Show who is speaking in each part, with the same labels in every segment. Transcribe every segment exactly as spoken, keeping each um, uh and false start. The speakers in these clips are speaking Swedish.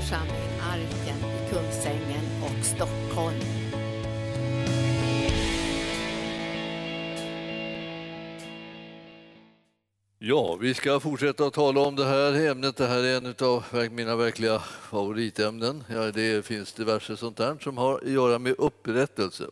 Speaker 1: församling Arken i Kungsängen och Stockholm.
Speaker 2: Ja, vi ska fortsätta att tala om det här ämnet. Det här är en av mina verkliga favoritämnen. Ja, det finns diverse sånt där som har att göra med upprättelse.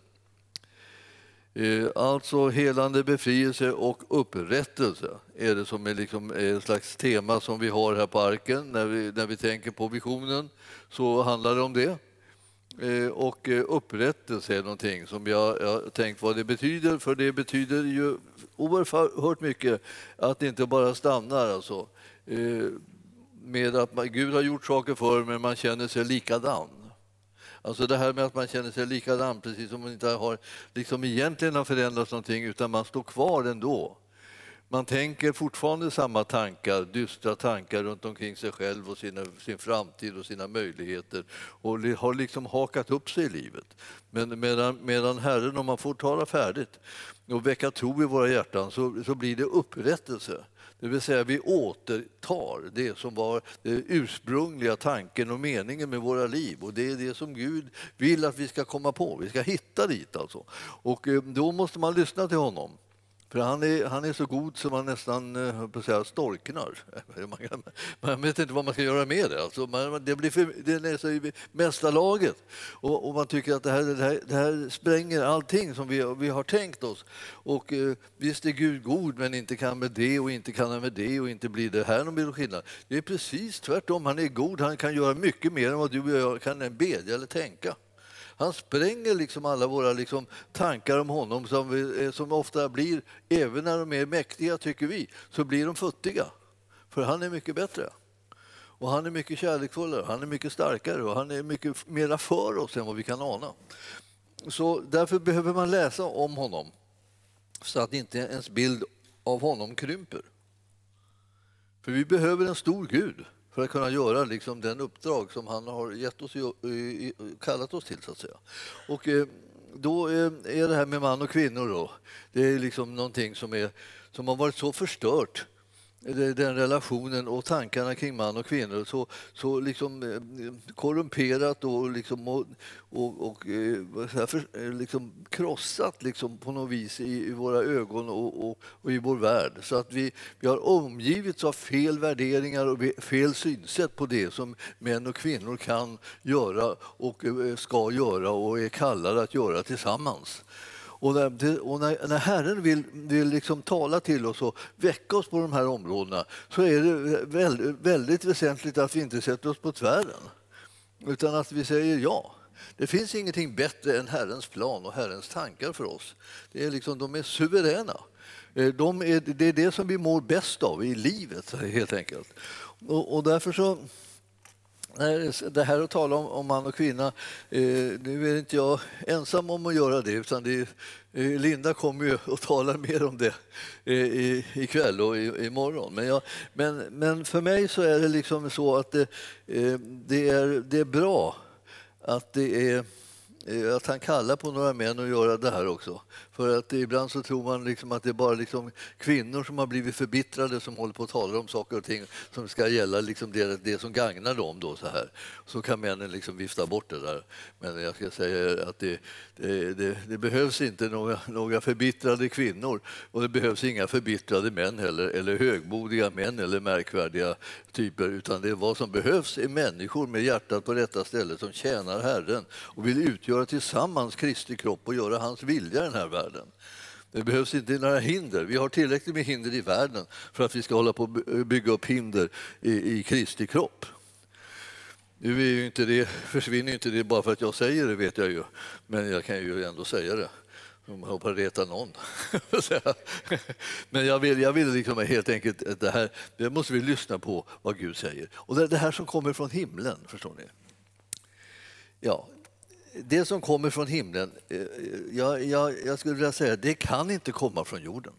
Speaker 2: Alltså helande, befrielse och upprättelse är det som är liksom ett slags tema som vi har här på Arken. När vi, när vi tänker på visionen så handlar det om det. Och upprättelse är någonting som jag har tänkt vad det betyder, för det betyder ju oerhört mycket att inte bara stannar alltså, med att man, Gud har gjort saker för men man känner sig likadan. Alltså det här med att man känner sig likadan, precis som man inte har liksom egentligen har förändrats någonting utan man står kvar ändå. Man tänker fortfarande samma tankar, dystra tankar runt omkring sig själv och sina, sin framtid och sina möjligheter och har liksom hakat upp sig i livet. Men medan, medan Herren, om man får tala färdigt och väcka tro i våra hjärtan så, så blir det upprättelse. Det vill säga vi återtar det som var den ursprungliga tanken och meningen med våra liv. Och det är det som Gud vill att vi ska komma på. Vi ska hitta dit alltså. Och då måste man lyssna till honom. För han är, han är så god som man nästan på att säga, storknar. Man, man vet inte vad man ska göra med det. Alltså man, det, blir för, det är så i mästarlaget. Och, och man tycker att det här, det, här, det här spränger allting som vi, vi har tänkt oss. Och eh, visst är Gud god men inte kan med det och inte kan han med det och inte blir det här någon skillnad. Det är precis tvärtom. Han är god. Han kan göra mycket mer än vad du och jag kan bedja eller tänka. Han spränger liksom alla våra liksom tankar om honom som, vi, som ofta blir, även när de är mäktiga tycker vi, så blir de futtiga. För han är mycket bättre. Och han är mycket kärleksfullare, han är mycket starkare och han är mycket mera för oss än vad vi kan ana. Så därför behöver man läsa om honom så att inte ens bild av honom krymper. För vi behöver en stor Gud för att kunna göra liksom den uppdrag som han har gett oss, kallat oss till så att säga. Och då är det här med man och kvinnor då, det är liksom någonting som, är, som har varit så förstört, den relationen och tankarna kring man och kvinnor så, så liksom korrumperat och, liksom, och, och, och för, liksom krossat liksom på något vis i, i våra ögon och, och, och i vår värld. Så att vi, vi har omgivits av fel värderingar och fel synsätt på det som män och kvinnor kan göra och ska göra och är kallade att göra tillsammans. Och när, och när, när Herren vill, vill liksom tala till oss och väcka oss på de här områdena så är det väldigt, väldigt väsentligt att vi inte sätter oss på tvären utan att vi säger ja. Det finns ingenting bättre än Herrens plan och Herrens tankar för oss. Det är liksom, de är suveräna. De är, det är det som vi mår bäst av i livet helt enkelt. Och, och därför så... Det här att tala om, om man och kvinna, eh, nu är inte jag ensam om att göra det utan det är, eh, Linda kommer ju att tala mer om det eh, i, ikväll och i, imorgon. Men, jag, men, men för mig så är det liksom så att det, eh, det, är, det är bra att det är att han kallar på några män att göra det här också. För att ibland så tror man liksom att det är bara liksom kvinnor som har blivit förbittrade som håller på att tala om saker och ting som ska gälla liksom det, det som gagnar dem då så här. Så kan männen liksom vifta bort det där. Men jag ska säga att det, det, det, det behövs inte några, några förbittrade kvinnor och det behövs inga förbittrade män heller eller högmodiga män eller märkvärdiga typer utan det vad som behövs är människor med hjärtat på rätta stället som tjänar Herren och vill utgöra tillsammans Kristi kropp och göra hans vilja i den här världen. Det behövs inte några hinder. Vi har tillräckligt med hinder i världen för att vi ska hålla på att bygga upp hinder i, i Kristi kropp. Nu är ju inte det, försvinner inte det bara för att jag säger det vet jag ju. Men jag kan ju ändå säga det. Om jag hoppas reta någon. Men jag vill, jag vill liksom helt enkelt att det här, det måste vi lyssna på vad Gud säger. Och det är det här som kommer från himlen, förstår ni? Ja, det som kommer från himlen, jag, jag, jag skulle vilja säga, det kan inte komma från jorden.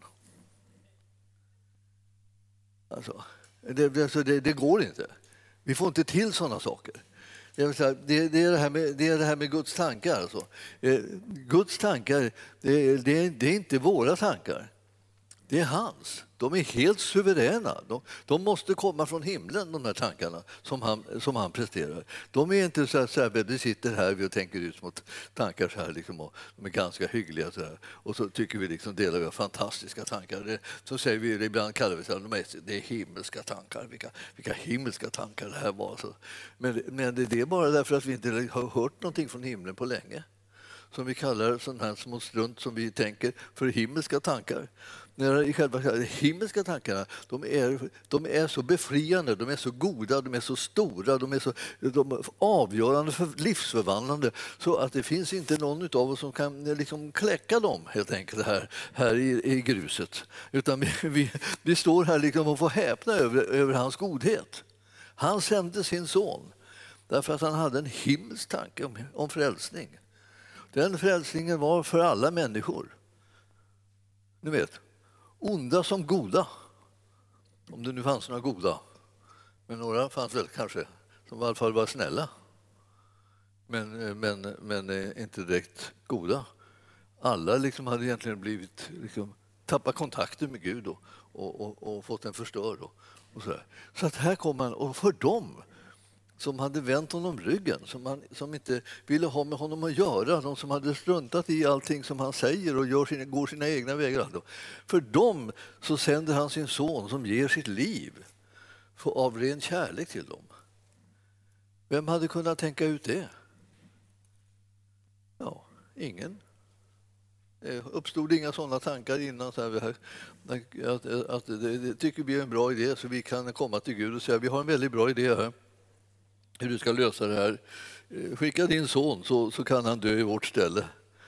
Speaker 2: Alltså, det, alltså det, det går inte. Vi får inte till sådana saker. Jag vill säga, det, det, är det, här med, det är det här med Guds tankar. Alltså. Eh, Guds tankar, det, det, det är inte våra tankar. Det är hans. de är helt suveräna. De, de måste komma från himlen, de här tankarna som han, som han presterar. De är inte så här, så här vi sitter här och tänker ut små tankar så här, liksom, och de är ganska hyggliga så här. Och så tycker vi liksom delar vi har fantastiska tankar. Det, så säger vi, ibland kallar vi så här, de är, det är himmelska tankar. Vilka, vilka himmelska tankar det här var. Så. Men, men det är bara därför att vi inte har hört någonting från himlen på länge. Som vi kallar sån här små strunt som vi tänker för himmelska tankar. När i själva himmelska tankarna, de är, de är så befriande, de är så goda, de är så stora, de är så de är avgörande för livsförvandlande så att det finns inte någon av oss som kan liksom kläcka dem helt enkelt här, här i, i gruset. Utan vi, vi, vi står här liksom och får häpna över, över hans godhet. Han sände sin son därför att han hade en himmelsk tanke om, om frälsning. Den frälsningen var för alla människor. Ni vet, onda som goda. Om det nu fanns några goda. Men några fanns väl kanske, som i alla fall var snälla. Men, men, men inte direkt goda. Alla liksom hade egentligen blivit, liksom, tappat kontakten med Gud och, och, och, och fått den förstörd. Och, och så där. Så att här kom han, och för dem som hade vänt honom ryggen, som, han, som inte ville ha med honom att göra, de som hade struntat i allting som han säger och gör sina, går sina egna vägar. För dem så sänder han sin son som ger sitt liv för av ren kärlek till dem. Vem hade kunnat tänka ut det? Ja, ingen. Det uppstod inga sådana tankar innan. Så här, att, att det, det tycker vi är en bra idé så vi kan komma till Gud och säga vi har en väldigt bra idé här. Hur du ska lösa det här. Skicka din son så, så kan han dö i vårt ställe.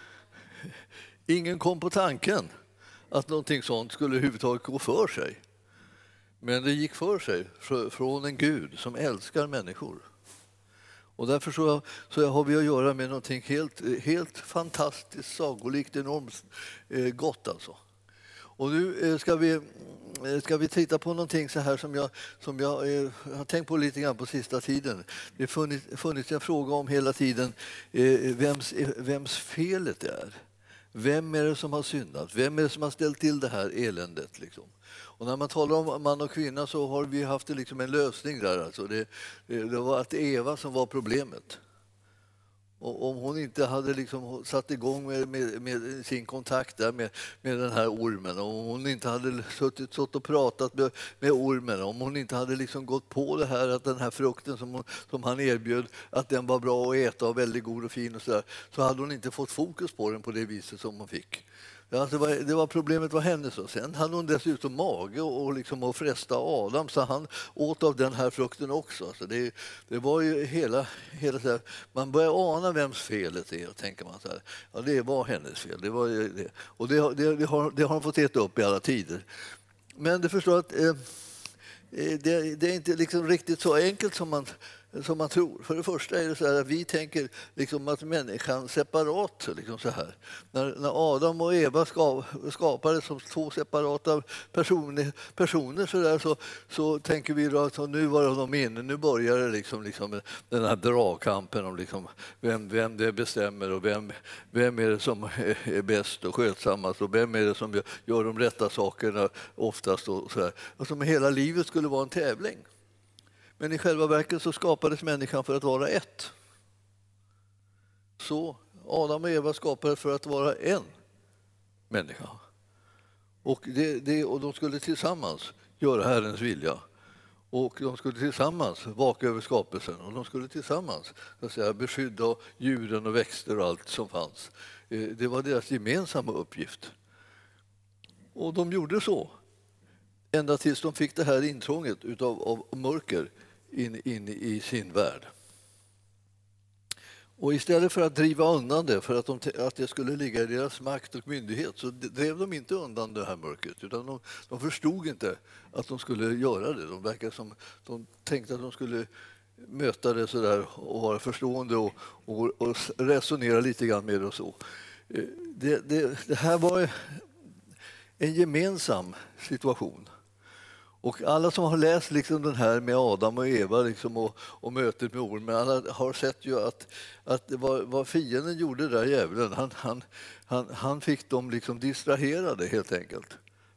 Speaker 2: Ingen kom på tanken att någonting sånt skulle överhuvudtaget gå för sig. Men det gick för sig från en Gud som älskar människor. Och därför så, så har vi att göra med någonting helt, helt fantastiskt, sagolikt, enormt eh, gott alltså. Och nu eh, ska vi ska vi titta på någonting så här som jag, som jag eh, har tänkt på lite grann på sista tiden. Det har funnits, funnits en fråga om hela tiden eh, vems, vems felet är. Vem är det som har syndat? Vem är det som har ställt till det här eländet? Liksom? Och när man talar om man och kvinna så har vi haft liksom en lösning där. Alltså det, det var att Eva som var problemet. Och om hon inte hade liksom satt igång med, med, med sin kontakt där med, med den här ormen, och om hon inte hade suttit, suttit och pratat med, med ormen, om hon inte hade liksom gått på det här att den här frukten som, hon, som han erbjöd, att den var bra att äta och väldigt god och fin och så där, så hade hon inte fått fokus på den på det viset som hon fick. Alltså det, var, det var problemet var hennes. Och sen hade hon dessutom mage och, och liksom att fresta Adam, så han åt av den här frukten också. Så det, det var ju hela, hela så här, man börjar ana vems felet är, och tänker man så här, ja det var hennes fel. Det var det. Och det, det, det, har, det har han fått äta upp i alla tider. Men du förstår att eh, det, det är inte liksom riktigt så enkelt som man som man tror. För det första är det så här att vi tänker liksom att människan separat. Liksom så här. När, när Adam och Eva skapades som två separata personer, personer så, där, så, så tänker vi då att nu var de inne, nu börjar det liksom, liksom den här dragkampen om liksom vem, vem det bestämmer och vem, vem är det som är bäst och skötsammast och vem är det som gör de rätta sakerna oftast. Och så här. Och som hela livet skulle vara en tävling. Men i själva verket så skapades människan för att vara ett. Så Adam och Eva skapades för att vara en människa. Och, det, det, och de skulle tillsammans göra Herrens vilja. Och de skulle tillsammans vaka över skapelsen. Och de skulle tillsammans så att säga, beskydda djuren och växter och allt som fanns. Det var deras gemensamma uppgift. Och de gjorde så. Ända tills de fick det här intrånget utav, av mörker in, in i sin värld. Och istället för att driva undan det, för att, de, att det skulle ligga i deras makt och myndighet, så drev de inte undan det här mörkret. Utan de, de förstod inte att de skulle göra det. De verkade som de tänkte att de skulle möta det så där och vara förstående och, och, och resonera lite grann med det och så. Det, det, det här var en gemensam situation. Och alla som har läst liksom den här med Adam och Eva liksom och, och mötet med ormen, alla har sett ju att, att det var, vad fienden gjorde där, djävulen, han, han, han, han fick dem liksom distraherade helt enkelt.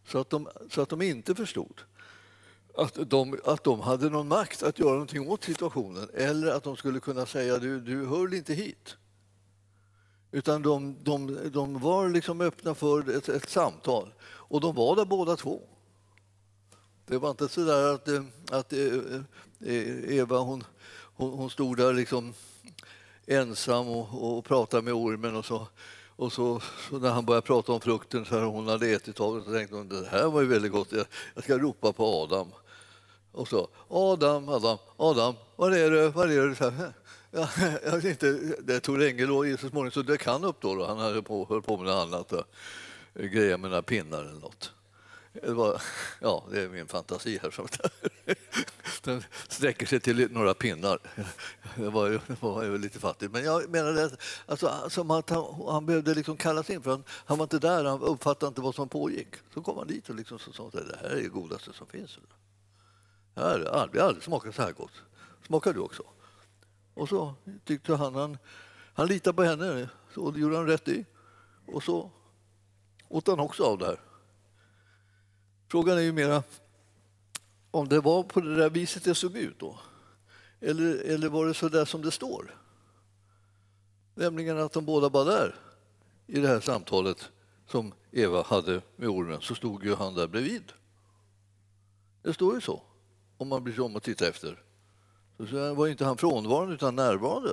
Speaker 2: Så att de, så att de inte förstod att de, att de hade någon makt att göra någonting åt situationen eller att de skulle kunna säga du, du hör inte hit. Utan de, de, de var liksom öppna för ett, ett samtal och de var där båda två. Det var inte så där att, att Eva hon, hon, hon stod där liksom ensam och, och pratade med ormen och så. Och så, så när han började prata om frukten så här hon hade ätit av det så tänkte hon det här var ju väldigt gott, jag, jag ska ropa på Adam. Och så Adam, Adam, Adam, var är du, var är du? Så här, ja, jag vet inte, det tog länge då så småningom så det kan uppstå då. Han hade på, höll på med något annat, då. Grejer med några pinnar eller något. Det var, ja, det är min fantasi här. Som den sträcker sig till några pinnar. Det var ju, det var ju lite fattigt. Men jag menar det, alltså, som att han, han behövde liksom kallas in för han, han var inte där, han uppfattade inte vad som pågick. Så kom han dit och liksom så sa att det här är det godaste som finns. Det här har aldrig, aldrig smakat så här gott. Smakar du också? Och så tyckte han, han, han litade på henne och det gjorde han rätt i. Och så åt han också av det här. Frågan är ju mera om det var på det där viset det såg ut då. Eller, eller var det så där som det står? Nämligen att de båda var där i det här samtalet som Eva hade med ormen. Så stod ju han där bredvid. Det står ju så. Om man blir sig om och tittar efter. Så var inte han frånvarande utan närvarande.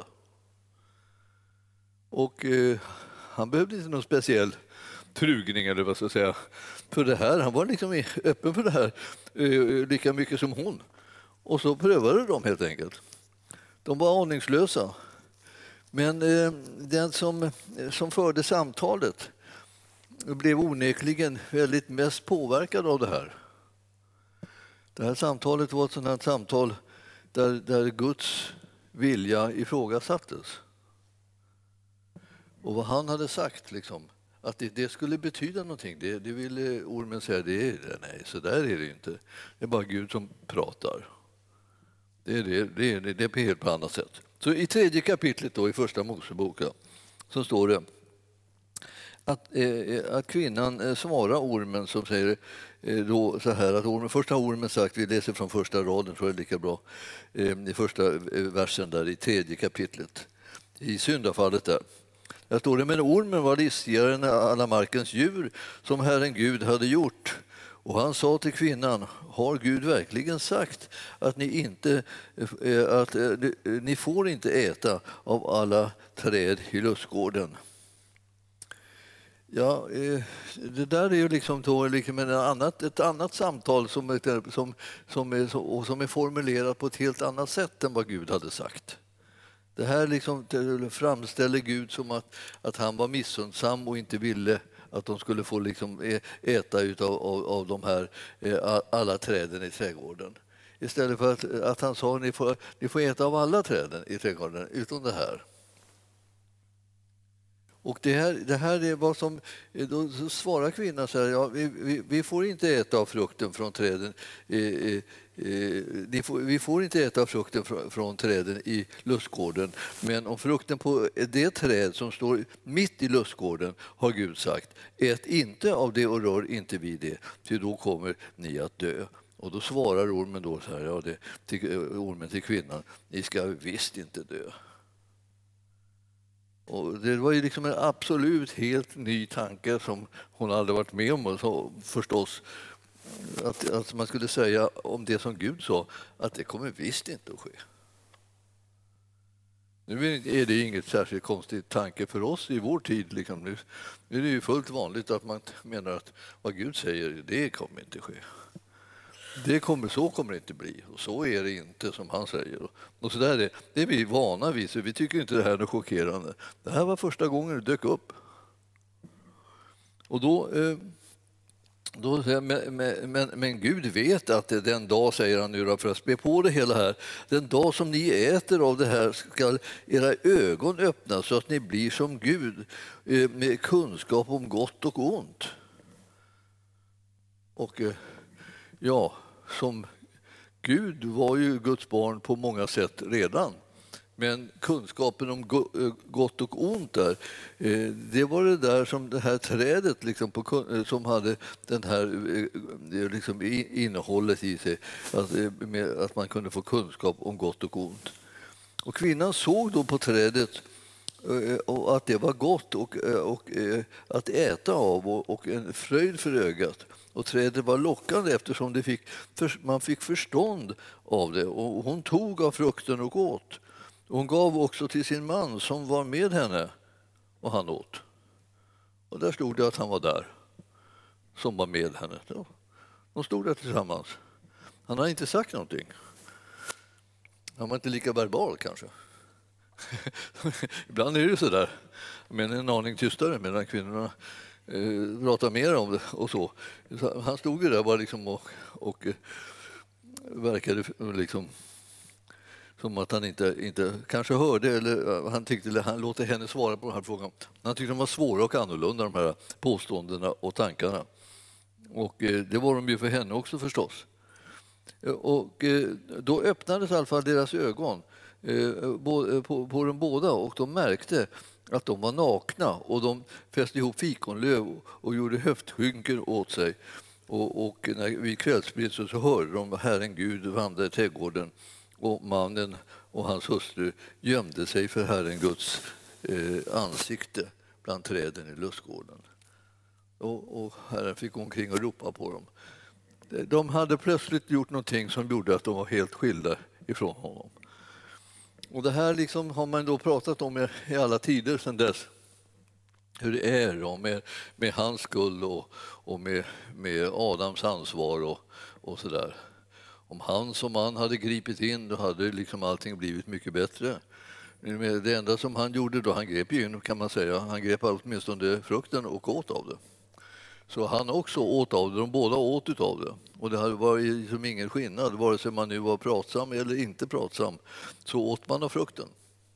Speaker 2: Och eh, han behövde inte någon speciell trugning eller vad ska jag säga för det här. Han var liksom öppen för det här eh, lika mycket som hon. Och så prövade de helt enkelt. De var aningslösa. Men eh, den som, som förde samtalet blev onekligen väldigt mest påverkad av det här. Det här samtalet var ett sådant här samtal där, där Guds vilja ifrågasattes. Och vad han hade sagt, liksom, att det, det skulle betyda någonting, det, det ville ormen säga, det är, nej, så där är det inte. Det är bara Gud som pratar. Det är, det, det är, det är på helt på annat sätt. Så i tredje kapitlet då, i första Mosebok så står det att, eh, att kvinnan eh, svarar ormen som säger eh, då så här att ormen, första ormen sagt, vi läser från första raden, tror jag är lika bra, eh, i första versen där i tredje kapitlet, i syndafallet där. Där står det, men ormen var listigare än alla markens djur som Herren Gud hade gjort. Och han sa till kvinnan, har Gud verkligen sagt att ni, inte, att ni får inte äta av alla träd i lustgården? Ja, det där är ju liksom, då, liksom ett, annat, ett annat samtal som, som, som, är, och som är formulerat på ett helt annat sätt än vad Gud hade sagt. Det här liksom framställer Gud som att, att han var missundsam och inte ville att de skulle få liksom äta utav, av, av de här alla träden i trädgården. Istället för att, att han sa att ni får, ni får äta av alla träden i trädgården utom det här. Och det här, det här är vad som, då svarar kvinnan så här, ja, vi, vi, vi får inte äta av frukten från träden, eh, eh, ni får, vi får inte äta av frukten från, från träden i lustgården, men om frukten på det träd som står mitt i lustgården har Gud sagt, ät inte av det och rör inte vid det, för då kommer ni att dö. Och då svarar ormen då så här, ja, det, till, ormen till kvinnan, ni ska visst inte dö. Och det var ju liksom en absolut helt ny tanke som hon aldrig varit med om, och så förstås att, att man skulle säga om det som Gud sa, att det kommer visst inte att ske. Nu är det inget särskilt konstigt tanke för oss i vår tid. Liksom. Nu är det ju fullt vanligt att man menar att vad Gud säger, det kommer inte ske. Det kommer, så kommer det inte bli, och så är det inte som han säger. Och så där är, det är vi vana vid, så vi tycker inte det här är chockerande. Det här var första gången det dök upp. Och då, då men, men, men Gud vet att den dag, säger han nu för att spä på det hela här, den dag som ni äter av det här ska era ögon öppnas så att ni blir som Gud med kunskap om gott och ont. Och ja, som Gud var ju Guds barn på många sätt redan. Men kunskapen om gott och ont där, det var det där som det här trädet liksom på, som hade den här liksom innehållet i sig, att, med, att man kunde få kunskap om gott och ont. Och kvinnan såg då på trädet och att det var gott och, och att äta av och, och en fröjd för ögat. Och trädet var lockande eftersom det fick, man fick förstånd av det. Och hon tog av frukten och åt. Hon gav också till sin man som var med henne och han åt. Och där stod det att han var där, som var med henne. De stod där tillsammans. Han har inte sagt någonting. Han var inte lika verbal kanske. Ibland är det så där, men en aning tystare medan kvinnorna eh, pratar mer om det och så. så han stod ju där bara liksom och, och eh, verkade liksom som att han inte, inte kanske hörde eller han tyckte eller han låter henne svara på den här frågan. Han tyckte de var svåra och annorlunda, de här påståendena och tankarna. Och eh, det var de ju för henne också förstås. Och eh, då öppnades i alla fall deras ögon På, på, på de båda och de märkte att de var nakna och de fäste ihop fikonlöv och gjorde höftskynken åt sig. Och, och när vid kvällsbrillet så hörde de Herren Gud vandra i trädgården och mannen och hans hustru gömde sig för Herren Guds eh, ansikte bland träden i lustgården. Och, och Herren fick omkring och ropa på dem. De hade plötsligt gjort någonting som gjorde att de var helt skilda ifrån honom. Och det här liksom har man då pratat om i alla tider sedan dess. Hur det är då med, med hans skull och, och med, med Adams ansvar och, och så där. Om han som man hade gripit in då hade liksom allting blivit mycket bättre. Det enda som han gjorde då, han grep in kan man säga, han grep åtminstone frukten och åt av det. Så han också åt av det, de båda åt utav det. Och det var liksom ingen skillnad, vare sig man nu var pratsam eller inte pratsam, så åt man av frukten.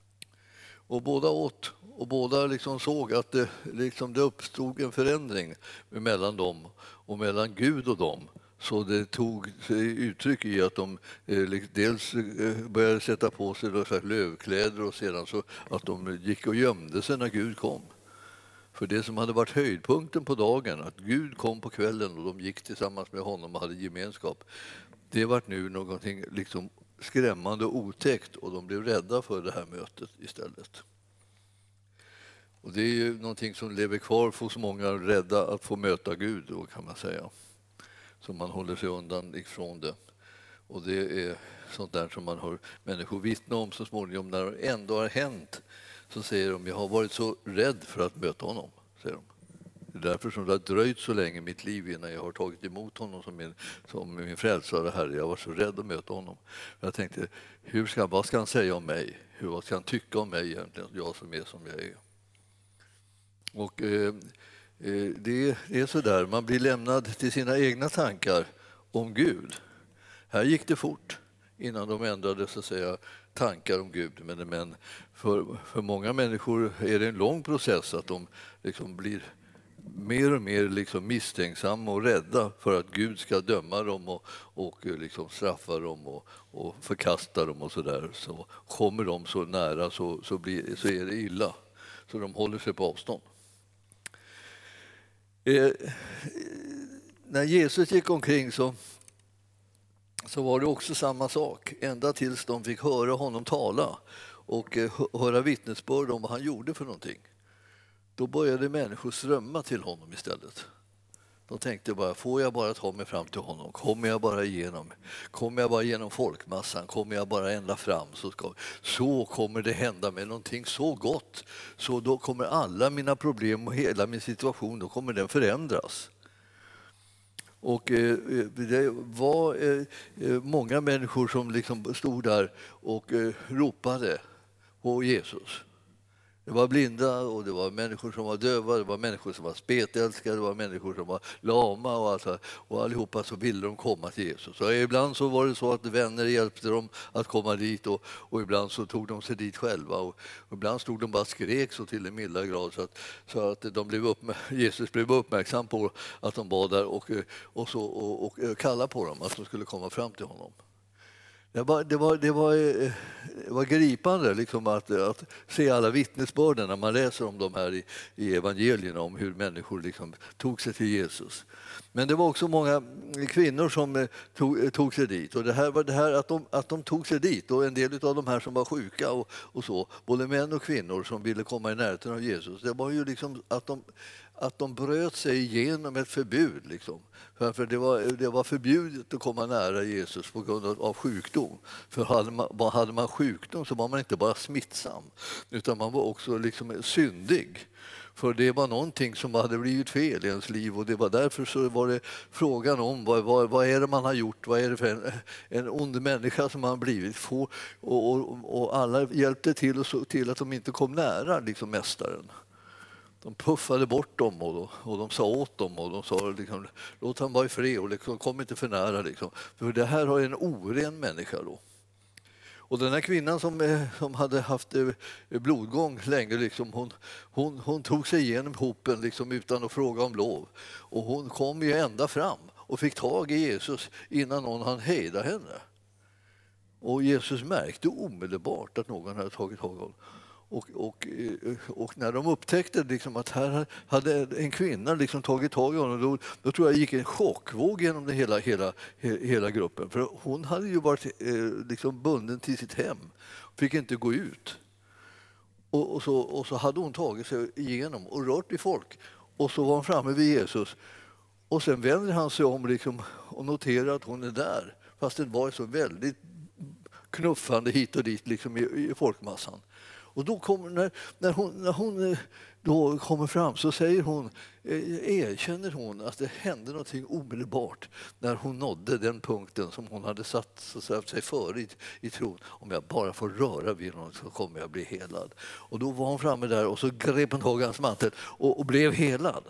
Speaker 2: Och båda åt, och båda liksom såg att det, liksom det uppstod en förändring mellan dem och mellan Gud och dem. Så det tog sig uttryck i att de eh, dels började sätta på sig lövkläder och sedan så att de gick och gömde sig när Gud kom. För det som hade varit höjdpunkten på dagen, att Gud kom på kvällen och de gick tillsammans med honom och hade gemenskap, det var nu någonting liksom skrämmande och otäckt och de blev rädda för det här mötet istället. Och det är ju någonting som lever kvar hos många, rädda att få möta Gud då, kan man säga. Så man håller sig undan ifrån det. Och det är sånt där som man hör människor vittna om så småningom när det ändå har hänt. Så säger de, jag har varit så rädd för att möta honom, säger de. Det är därför som det har dröjt så länge i mitt liv innan jag har tagit emot honom som min, som min frälsare Herre. Jag var så rädd att möta honom. Jag tänkte, hur ska, vad ska han säga om mig? Hur, vad ska han tycka om mig egentligen, jag som är som jag är? Och eh, det är så där, man blir lämnad till sina egna tankar om Gud. Här gick det fort innan de ändrade så att säga tankar om Gud. Men, men för, för många människor är det en lång process att de liksom blir mer och mer liksom misstänksamma och rädda för att Gud ska döma dem och, och liksom straffa dem och, och förkasta dem och så där. Så kommer de så nära så, så, blir, så är det illa. Så de håller sig på avstånd. Eh, när Jesus gick omkring så så var det också samma sak, ända tills de fick höra honom tala och höra vittnesbörd om vad han gjorde för någonting. Då började människor strömma till honom istället. De tänkte bara, får jag bara ta mig fram till honom? Kommer jag bara igenom? Kommer jag bara genom folkmassan? Kommer jag bara ända fram? Så, ska, så kommer det hända med någonting så gott. Så då kommer alla mina problem och hela min situation, då kommer den förändras. Och eh, det var eh, många människor som liksom stod där och eh, ropade på Jesus. Det var blinda och det var människor som var döva, det var människor som var spetälskade, det var människor som var lama och, alltså, och allihopa så ville de komma till Jesus. Och ibland så var det så att vänner hjälpte dem att komma dit och, och ibland så tog de sig dit själva. Och, och ibland stod de bara skrek så till en milda grad så att, så att de blev upp, Jesus blev uppmärksam på att de var där och, och, så, och, och kallade på dem att de skulle komma fram till honom. Det var, det var, det var, det var gripande liksom att, att se alla vittnesbörden när man läser om de här i, i evangelierna, om hur människor liksom tog sig till Jesus. Men det var också många kvinnor som tog, tog sig dit. Och det här var det här att de, att de tog sig dit, och en del av de här som var sjuka och, och så, både män och kvinnor som ville komma i närheten av Jesus, det var ju liksom att de, att de bröt sig igenom ett förbud. Liksom. För det var, det var förbjudet att komma nära Jesus på grund av sjukdom. För hade man, hade man sjukdom så var man inte bara smittsam, utan man var också liksom syndig. För det var någonting som hade blivit fel i ens liv, och det var därför så var det frågan om vad, vad, vad är det man har gjort, vad är det för en, en ond människa som man har blivit. Få, och, och, och alla hjälpte till och så till att de inte kom nära liksom mästaren. De puffade bort dem och, och de sa åt dem och de sa liksom, låt han vara i fred och liksom, kom inte för nära. Liksom. För det här har en oren människa då. Och den här kvinnan som, som hade haft blodgång länge, liksom, hon, hon, hon tog sig igenom hopen liksom, utan att fråga om lov. Och hon kom ju ända fram och fick tag i Jesus innan någon hann hejda henne. Och Jesus märkte omedelbart att någon hade tagit tag i honom. Och, och, och när de upptäckte liksom att här hade en kvinna liksom tagit tag i honom, då, då tror jag gick en chockvåg genom det hela, hela, hela gruppen. För hon hade ju varit eh, liksom bunden till sitt hem, fick inte gå ut. Och, och, så, och så hade hon tagit sig igenom och rört vid folk. Och så var hon framme vid Jesus. Och sen vänder han sig om liksom, och noterar att hon är där. Fast det var så väldigt knuffande hit och dit liksom, i, i folkmassan. Och då kommer, när, när, hon, när hon då kommer fram så säger hon, erkänner hon att det hände någonting omedelbart när hon nådde den punkten som hon hade satt så sig före i, i tron. Om jag bara får röra vid honom så kommer jag bli helad. Och då var hon framme där och så grep hon tag i hans mantel och, och blev helad.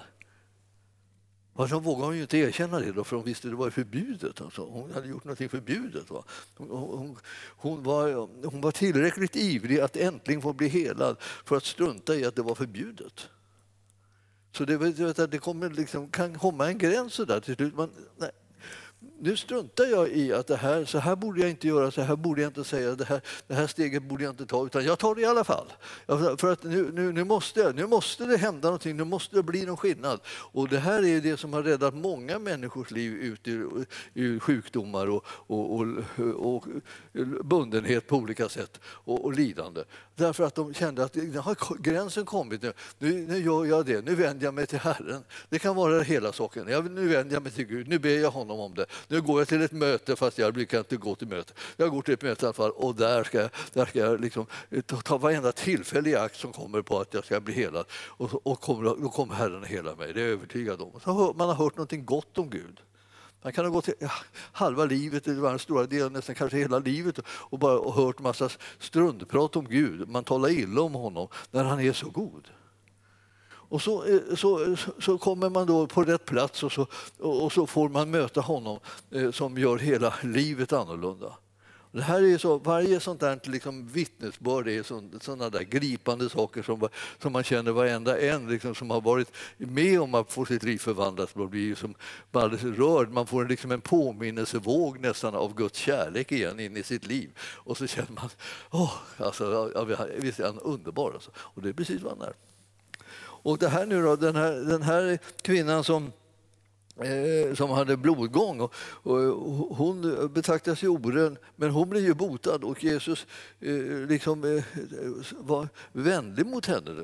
Speaker 2: Och så vågade hon ju inte erkänna det då, för hon visste att det var förbjudet. Alltså. Hon hade gjort något förbjudet. Va? Hon, hon, hon, var, hon var tillräckligt ivrig att äntligen få bli helad för att strunta i att det var förbjudet. Så det, det kommer liksom, kan komma en gräns där till slut. Man, nej. Nu struntar jag i att det här, så här borde jag inte göra, så här borde jag inte säga, det här, det här steget borde jag inte ta, utan jag tar det i alla fall. För att nu, nu, nu, måste, nu måste det hända någonting, nu måste det bli någon skillnad. Och det här är det som har räddat många människors liv ut ur, ur sjukdomar och, och, och, och bundenhet på olika sätt och, och lidande. Därför att de kände att nu har gränsen kommit, nu, nu, nu gör jag det, nu vänder jag mig till Herren. Det kan vara hela saken, jag, nu vänder jag mig till Gud, nu ber jag honom om det. Nu går jag till ett möte, fast jag brukar inte gå till möte. Jag går till ett möte i alla fall, och där ska jag, där ska jag liksom ta, ta varenda tillfälle i akt som kommer på att jag ska bli helad. Och, och kommer, då kommer Herren hela mig, det är jag övertygad om. Så hör, man har hört någonting gott om Gud. Man kan ha gått ja, halva livet, eller en stora del, nästan kanske hela livet, och bara och hört massa struntprat om Gud. Man talar illa om honom när han är så god. Och så, så, så kommer man då på rätt plats och så, och så får man möta honom eh, som gör hela livet annorlunda. Det här är så, varje sånt där liksom vittnesbörd är sådana där gripande saker som, som man känner varenda en liksom, som har varit med om att få sitt liv förvandlat. Man blir som alldeles rörd. Man får liksom en påminnelsevåg nästan av Guds kärlek igen in i sitt liv. Och så känner man, åh, alltså, visst är han underbar. Alltså. Och det är precis vad han är. Och det här nu då, den här, den här kvinnan som, eh, som hade blodgång, och, och hon betraktas ju oren, men hon blev ju botad, och Jesus eh, liksom, eh, var vänlig mot henne.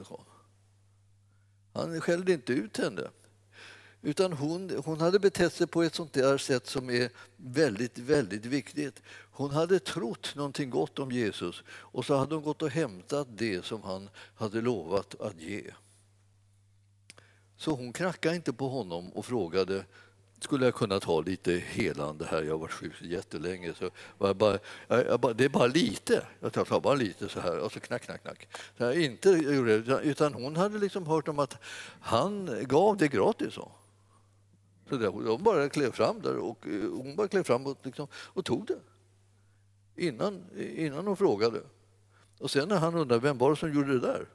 Speaker 2: Han skällde inte ut henne. Utan hon, hon hade betett sig på ett sånt där sätt som är väldigt, väldigt viktigt. Hon hade trott någonting gott om Jesus, och så hade hon gått och hämtat det som han hade lovat att ge. Så hon knackade inte på honom och frågade, skulle jag kunna ta lite helande här? Jag har varit sjuk så jättelänge. Så jag bara, jag bara, det är bara lite. Jag tar bara lite så här, och så knack, knack, knack. Så jag inte gjorde det, utan hon hade liksom hört om att han gav det gratis. Så, så där, hon bara klev fram där, och hon bara klev fram och, liksom, och tog det. Innan, innan hon frågade. Och sen när han undrade, vem var det som gjorde det där?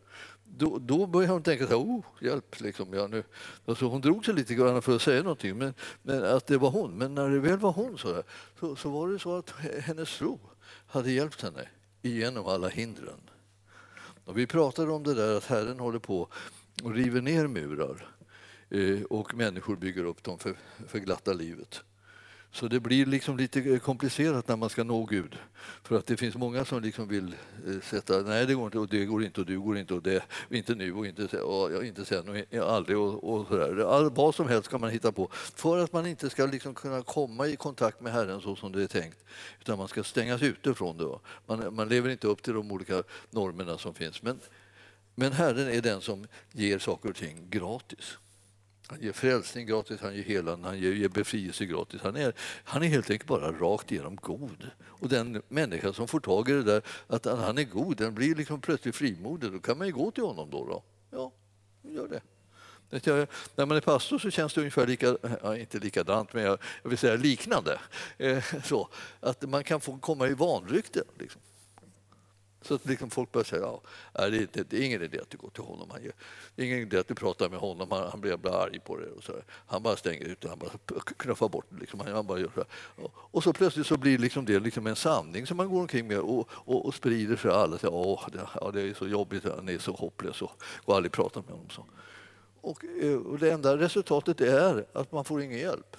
Speaker 2: då, då började hon tänka så här, oh, hjälp, liksom, ja, nu. Alltså, hon drog sig lite grann för att säga någonting, men, men att det var hon. Men när det väl var hon så, där, så, så var det så att hennes tro hade hjälpt henne igenom alla hindren. Och vi pratade om det där att Herren håller på och river ner murar eh, och människor bygger upp dem för, för glatta livet. Så det blir liksom lite komplicerat när man ska nå Gud. För att det finns många som liksom vill sätta, nej det går inte och det går inte och du går inte och det, inte nu och inte, och inte sen och aldrig och, och sådär. All, vad som helst kan man hitta på. För att man inte ska liksom kunna komma i kontakt med Herren så som det är tänkt. Utan man ska stängas ute från det. Man, man lever inte upp till de olika normerna som finns. Men, men Herren är den som ger saker och ting gratis. Han ger frälsning gratis, han ger helande, han ger, ger befrielse gratis. Han är, han är helt enkelt bara rakt igenom god. Och den människa som får tag i det där, att han är god, den blir liksom plötsligt frimodig. Då kan man ju gå till honom då. då. Ja, gör det. Jag, när man är pastor så känns det ungefär lika, ja, inte likadant, men jag, jag vill säga liknande. Eh, så, att man kan få komma i vanrykte. Liksom. Så att liksom folk börjar säga, ja, är det, det, det är ingen idé att du går till honom. Han, det är ingen idé att du pratar med honom. Han, han blir bara arg på det. Och så. Han bara stänger ut och han bara knuffar bort det. Liksom. Han, han bara gör så och, och så plötsligt så blir liksom det liksom en sanning som man går omkring med och, och, och sprider för alla. Så, Åh, det, ja, det är så jobbigt, han är så hopplös och, och aldrig pratar med honom. Så. Och, och det enda resultatet är att man får ingen hjälp.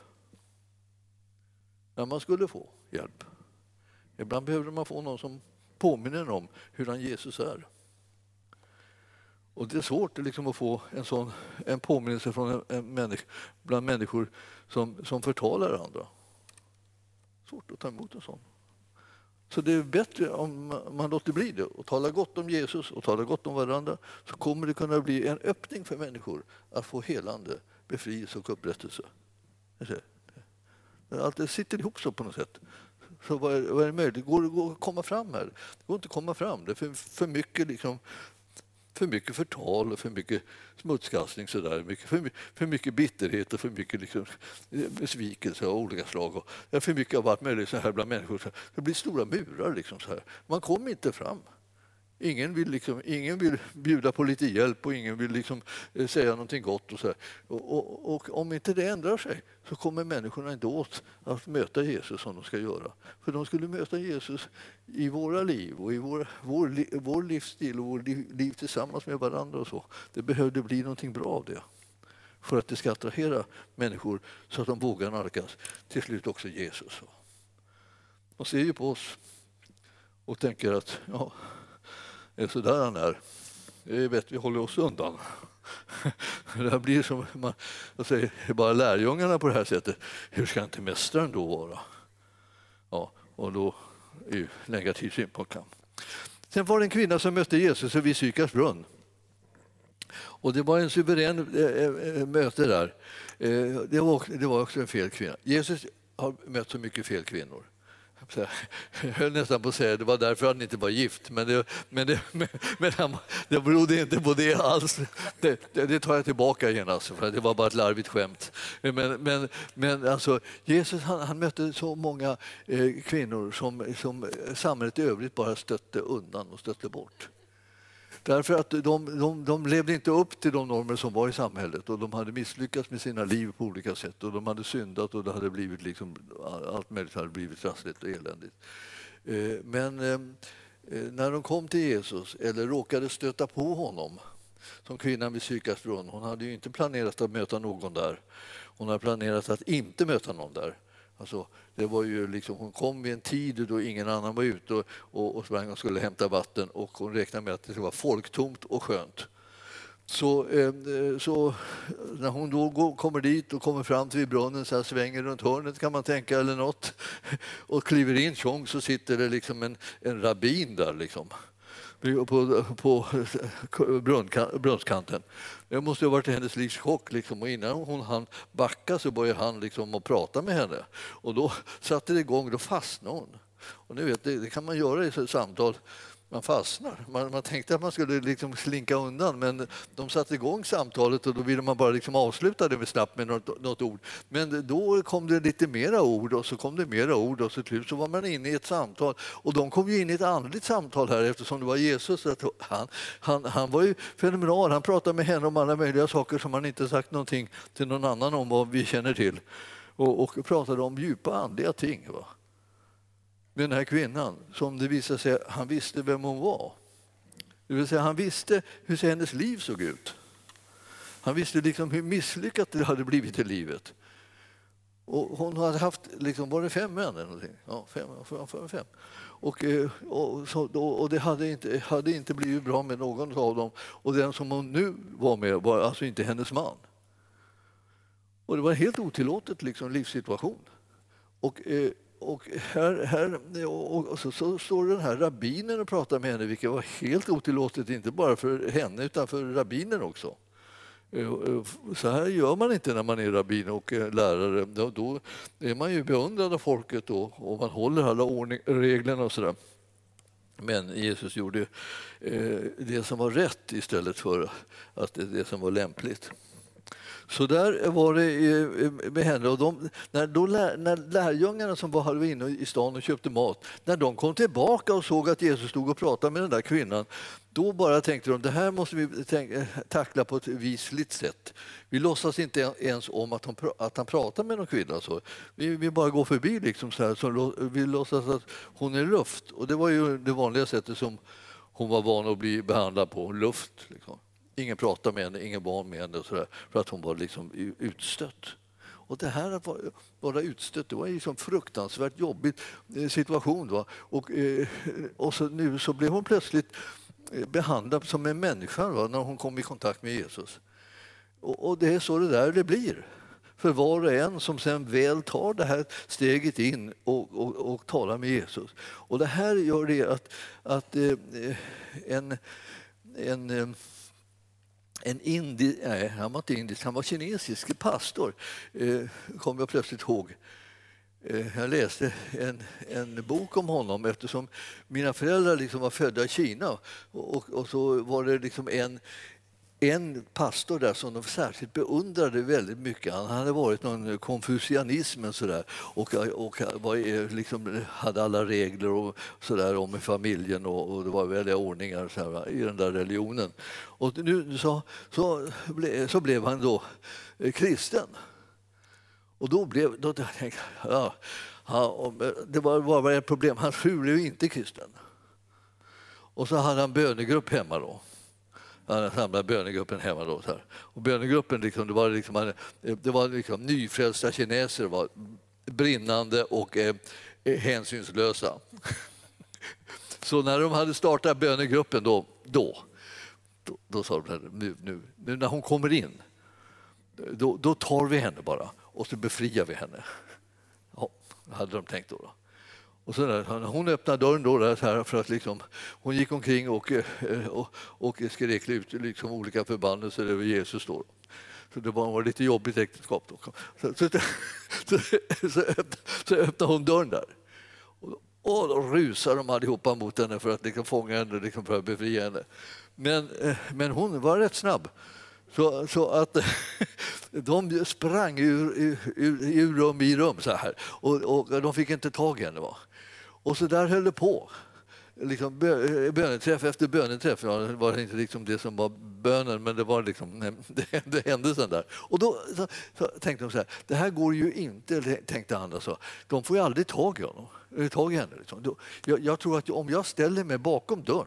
Speaker 2: När man skulle få hjälp. Ibland behöver man få någon som påminner om hur han Jesus är. Och det är svårt liksom att få en sån en påminnelse från en, en människa, bland människor som, som förtalar andra. Svårt att ta emot en sån. Så det är bättre om man låter bli det och talar gott om Jesus och talar gott om varandra, så kommer det kunna bli en öppning för människor att få helande, befrielse och upprättelse. Allt det sitter ihop så på något sätt. Så vad är, vad är det möjligt? Går det går att komma fram här? Det går inte att komma fram. Det är för, för, mycket, liksom, för mycket förtal och för mycket smutskastning. Så där. Mycket, för, för mycket bitterhet och för mycket liksom, besvikelse av olika slag. Och det är för mycket av allt möjligt så här bland människor. Så det blir stora murar. Liksom, så här. Man kommer inte fram. Ingen vill, liksom, ingen vill bjuda på lite hjälp och ingen vill liksom säga någonting gott. Och, så och, och, och om inte det ändrar sig så kommer människorna inte åt att möta Jesus som de ska göra. För de skulle möta Jesus i våra liv och i vår, vår, vår livsstil och vår liv, liv tillsammans med varandra. Och så. Det behövde bli någonting bra av det. För att det ska attrahera människor så att de vågar nalkas till slut också Jesus. De ser ju på oss och tänker att ja, det är så där han är. Det är bättre vi håller oss undan. Det här blir som man jag säger, bara lärjungarna på det här sättet. Hur ska inte mästaren då vara? Ja, och då är ju negativ synpunkt. Sen var det en kvinna som mötte Jesus vid Sykars brunn. Och det var en suverän äh, möte där. Eh, det, var, det var också en fel kvinna. Jesus har mött så mycket fel kvinnor. Jag höll nästan på att säga det var därför han inte var gift, men det, men det, men, men han, det berodde inte på det alls. Det, det, det tar jag tillbaka igen, alltså, för det var bara ett larvigt skämt. Men, men, men alltså, Jesus han, han mötte så många eh, kvinnor som, som samhället i övrigt bara stötte undan och stötte bort. Därför att de, de, de levde inte upp till de normer som var i samhället och de hade misslyckats med sina liv på olika sätt och de hade syndat och det hade blivit liksom, allt möjligt hade blivit trassligt och eländigt. Men när de kom till Jesus eller råkade stöta på honom, som kvinnan vid Sykars brunn, hon hade ju inte planerat att möta någon där. Hon hade planerat att inte möta någon där. Alltså, det var ju liksom, hon kom vid en tid då ingen annan var ute och, och, och sprang och skulle hämta vatten och hon räknade med att det var folktomt och skönt. Så, eh, så när hon då går, kommer dit och kommer fram till brunnen så här, svänger runt hörnet kan man tänka eller något och kliver in tjong så sitter det liksom en, en rabbin där liksom. På, på brunnskanten. Det måste ha varit hennes livs chock. Liksom. Och innan hon hann backa så började han liksom att prata med henne. Och då satte det igång, då fastnade hon. Och ni vet, det, det kan man göra i ett samtal. Man fastnar. Man, man tänkte att man skulle liksom slinka undan, men de satte igång samtalet och då ville man bara liksom avsluta det med snabbt med något, något ord. Men då kom det lite mera ord och så kom det mera ord och så till slut så var man inne i ett samtal. Och de kom ju in i ett andligt samtal här eftersom det var Jesus. Att han, han, han var ju fenomenal. Han pratade med henne om alla möjliga saker som han inte sagt någonting till någon annan om vad vi känner till. Och, och pratade om djupa andliga ting. Va? Den här kvinnan, som det visade sig, han visste vem hon var. Det vill säga han visste hur hennes liv såg ut. Han visste liksom hur misslyckat det hade blivit i livet. Och hon hade haft, liksom, var det fem män eller någonting? Ja, fem, fem, fem. Och, och, så, och det hade inte, hade inte blivit bra med någon av dem. Och den som hon nu var med var alltså inte hennes man. Och det var en helt otillåtet liksom, livssituation. Och... Och här, här och så, så står den här rabbinen och pratar med henne, vilket var helt otillåtet, inte bara för henne utan för rabbinen också. Så här gör man inte när man är rabbin och lärare. Då, då är man ju beundrad av folket då, och man håller alla ordning, reglerna och sådär. Men Jesus gjorde eh, det som var rätt istället för att det, det som var lämpligt. Så där var det med henne. Och de, när, då, när lärjungarna som var inne i stan och köpte mat, när de kom tillbaka och såg att Jesus stod och pratade med den där kvinnan, då bara tänkte de, det här måste vi tänka, tackla på ett visligt sätt. Vi låtsas inte ens om att han, att han pratar med någon kvinna. Så. Vi, vi bara går förbi liksom så här, så vi låtsas att hon är luft. Och det var ju det vanliga sättet som hon var van att bli behandlad på, luft liksom. Ingen pratade med henne, ingen barn med henne och så där, för att hon var liksom utstött. Och det här att vara utstött, det var en liksom fruktansvärt jobbig situation. Va? Och, och så nu så blev hon plötsligt behandlad som en människa, va? När hon kom i kontakt med Jesus. Och, och det är så det där det blir. För var och en som sen väl tar det här steget in och, och, och talar med Jesus. Och det här gör det att, att en... en En indi, nej, han var inte indisk, han var kinesisk pastor, eh, kom jag plötsligt ihåg. Eh, jag läste en, en bok om honom eftersom mina föräldrar liksom var födda i Kina. Och, och, och så var det liksom en, en pastor där som de särskilt beundrade väldigt mycket. Han hade varit någon konfucianismen så där, och, och var, liksom, hade alla regler och så där om familjen och, och det var väldiga ordningar så här, i den där religionen. Och nu så, så, ble, så blev han då kristen. Och då blev då tänkte jag, ja, ja, det var bara ett problem. Hans fru blev inte kristen. Och så hade han bönegrupp hemma då. Han samlade bönegruppen hemma då. Så här. Och bönegruppen liksom, det var liksom, det var liksom nyfrälsta kineser, var brinnande och eh, hänsynslösa. Så när de hade startat bönegruppen då, då, då, då sa de nu, nu, nu när hon kommer in, då, då tar vi henne bara och så befriar vi henne. Ja, hade de tänkt då. då. Och så där, hon öppnade dörren då där, så här, för att liksom, hon gick omkring och, och, och skrek ut liksom olika förbannelser över Jesus då. Så det var, var lite jobbigt äktenskap då. Så, så, så, så, öppnade, så öppnade hon dörren där. Och, och då rusade de allihopa mot henne för att liksom fånga henne, liksom för att befria henne. Men, men hon var rätt snabb. Så, så att de sprang ur, ur, ur rum i rum så här. Och, och de fick inte tag i henne. Va? Och så där höll det på. Liksom böneträff efter böneträff. Ja, det var inte liksom det som var bönen, men det var liksom, det, det hände sånt där. Och då så, så tänkte de så här, det här går ju inte, tänkte andra så. De får ju aldrig tag i honom. Tag i henne. Liksom. Då, jag, jag tror att om jag ställer mig bakom dörren,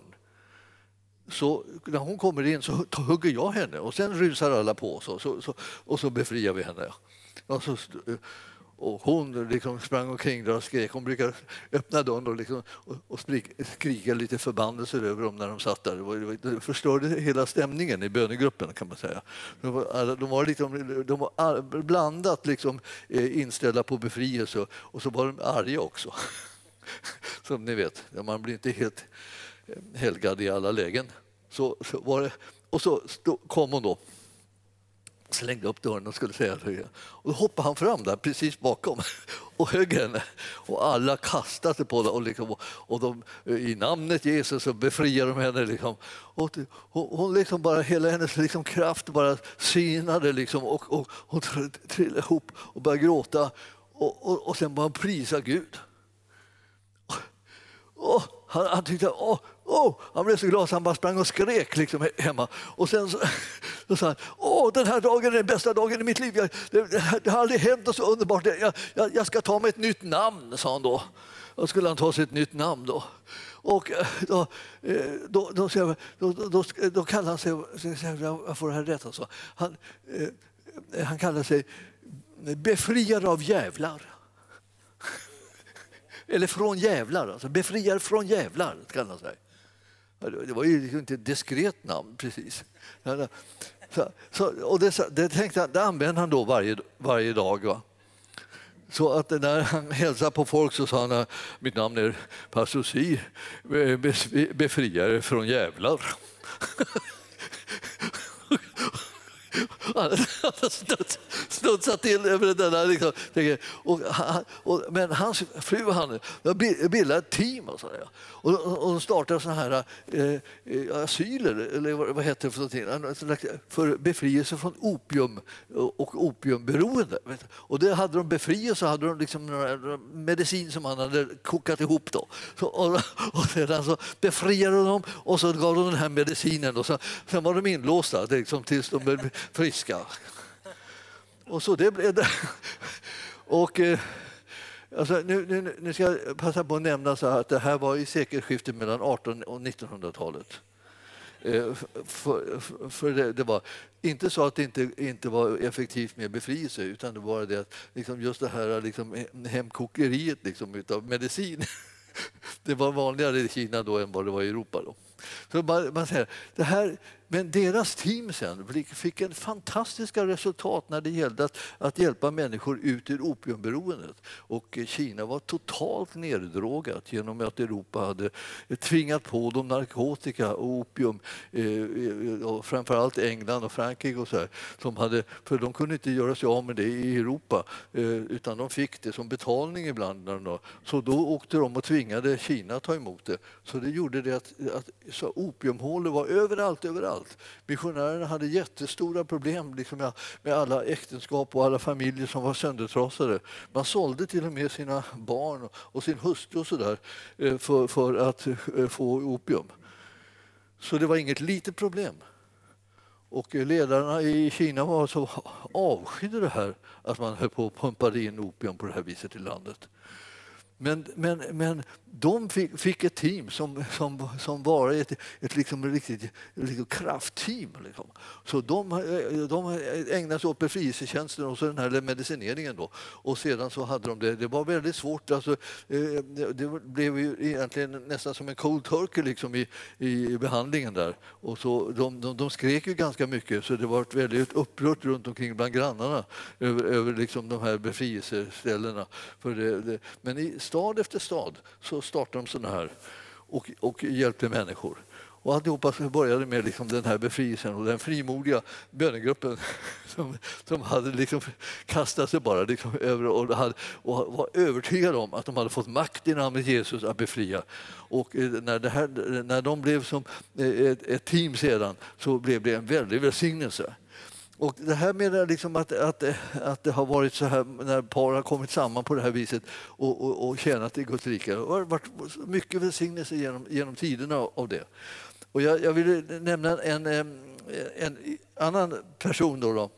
Speaker 2: så när hon kommer in så hugger jag henne och sen rusar alla på så, så, så, och så befriar vi henne. Och, så, och hon liksom sprang omkring där och skrek. Hon brukar öppna dörren och, liksom, och, och skrika lite förbannelser över dem när de satt där. Det, var, det förstörde hela stämningen i bönegruppen kan man säga. De var, de var, liksom, de var blandat liksom, inställda på befrielse och så var de arga också. Som ni vet, man blir inte helt helgad i alla lägen. Så, så var det, och så stod, kom hon då slängde upp dörren och skulle säga det. Och då hoppade han fram där precis bakom och högg henne. Och alla kastade sig på det och, liksom, och de, i namnet Jesus så befriade de henne. Liksom. Och hon liksom bara, hela hennes liksom kraft bara sinade liksom, och, och hon trillade ihop och började gråta. Och, och, och sen bara prisa Gud. Och han, han tyckte, åh, åh, han blev så glad så han bara sprang och skrek liksom hemma. Och sen så, så sa han, åh, den här dagen är den bästa dagen i mitt liv. Jag, det, det har aldrig hänt något så underbart. Jag, jag, jag ska ta mig ett nytt namn, sa han då. Då skulle han ta sig ett nytt namn då. Och då, då, då, då, då, då, då kallade han sig, jag får det här rätt alltså. Han, han kallade sig befriare av jävlar. Eller från jävlar, alltså befriare från jävlar kan man säga. Det var ju inte ett diskret namn precis. Så, så, och det, det, tänkte, det använde han då varje, varje dag. Va? Så att när han hälsade på folk så sa han, mitt namn är Pastor Si, befriare från jävlar. Han hade studsat till över det där. Liksom. Och, och, men hans fru han bildade ett team och, sådär. och, och de startade såna här eh, asyler, eller vad heter det för någonting, för befrielse från opium och opiumberoende. Och det hade de befrielse, så hade de liksom några medicin som han hade kokat ihop då. Så, och, och sedan så befriade de och så gav de den här medicinen och så, sen var de inlåsta liksom, tills de blev friska. Och så det blev det. Och eh, alltså, nu, nu, nu ska jag passa på att nämna så att det här var i sekelskiftet mellan artonhundra och nittonhundratalet. Eh, för, för, för det, det var inte så att det inte, inte var effektivt med befrielse, utan det var det att liksom, just det här liksom, hemkokeriet liksom, utav medicin. Det var vanligare i Kina då än vad det var i Europa då. Så man, man säger, det här, men deras team sen fick en fantastiska resultat när det gällde att, att hjälpa människor ut ur opiumberoendet. Och Kina var totalt neddrogat genom att Europa hade tvingat på dem narkotika och opium. Eh, och framförallt England och Frankrike och så här, som hade, för de kunde inte göra sig av med det i Europa, eh, utan de fick det som betalning ibland. Då. Så då åkte de och tvingade Kina att ta emot det. Så det gjorde det att, att så opiumhålor var överallt, överallt. Missionärerna hade jättestora problem liksom med, med alla äktenskap och alla familjer som var söndertrasade. Man sålde till och med sina barn och sin hustru och så där, för, för att få opium. Så det var inget litet problem. Och ledarna i Kina var så avskydde det här att man höll på att pumpa in opium på det här viset i landet. Men, men, men de fick, fick ett team som, som, som var ett, ett liksom riktigt liksom kraftteam. Liksom. Så de, de ägnade sig åt befrielsetjänsten och så den här medicineringen. Då. Och sedan så hade de det. Det var väldigt svårt. Alltså, det blev ju egentligen nästan som en cold turkey liksom i, i behandlingen där. Och så, de, de, de skrek ju ganska mycket, så det var väldigt upprört runt omkring bland grannarna över, över liksom de här befrielseställena. För det, det, men i stad efter stad så startade de såna här och, och hjälpte människor. Och alltihopa så började med liksom den här befrielsen och den frimodiga bönegruppen som, som hade liksom kastat sig bara liksom över och, hade, och var övertygade om att de hade fått makt i namnet Jesus att befria. Och när, det här, när de blev som ett, ett team sedan så blev det en väldig välsignelse. Och det här med liksom att, att, att det har varit så här när par har kommit samman på det här viset och, och, och tjänat i Guds rike. Det har varit mycket välsignelse genom, genom tiderna av det. Och jag, jag vill nämna en, en, en annan person då. då.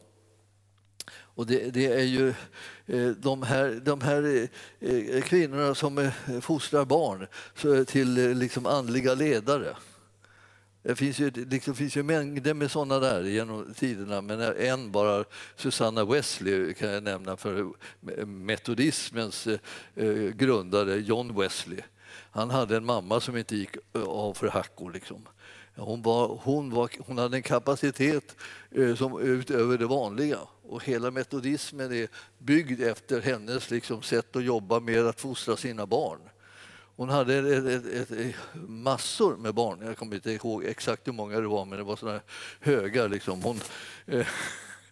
Speaker 2: Och det, det är ju de här, de här kvinnorna som fostrar barn till liksom andliga ledare. Det finns ju, liksom, finns ju mängder med sådana där genom tiderna, men en bara, Susanna Wesley kan jag nämna, för metodismens eh, grundare John Wesley. Han hade en mamma som inte gick av för hackor. Liksom. Hon, var, hon, var, hon hade en kapacitet eh, som utöver det vanliga. Och hela metodismen är byggd efter hennes liksom, sätt att jobba med att fostra sina barn. Hon hade ett, ett, ett, massor med barn. Jag kommer inte ihåg exakt hur många det var, men det var sådana höga. Liksom. Hon, eh,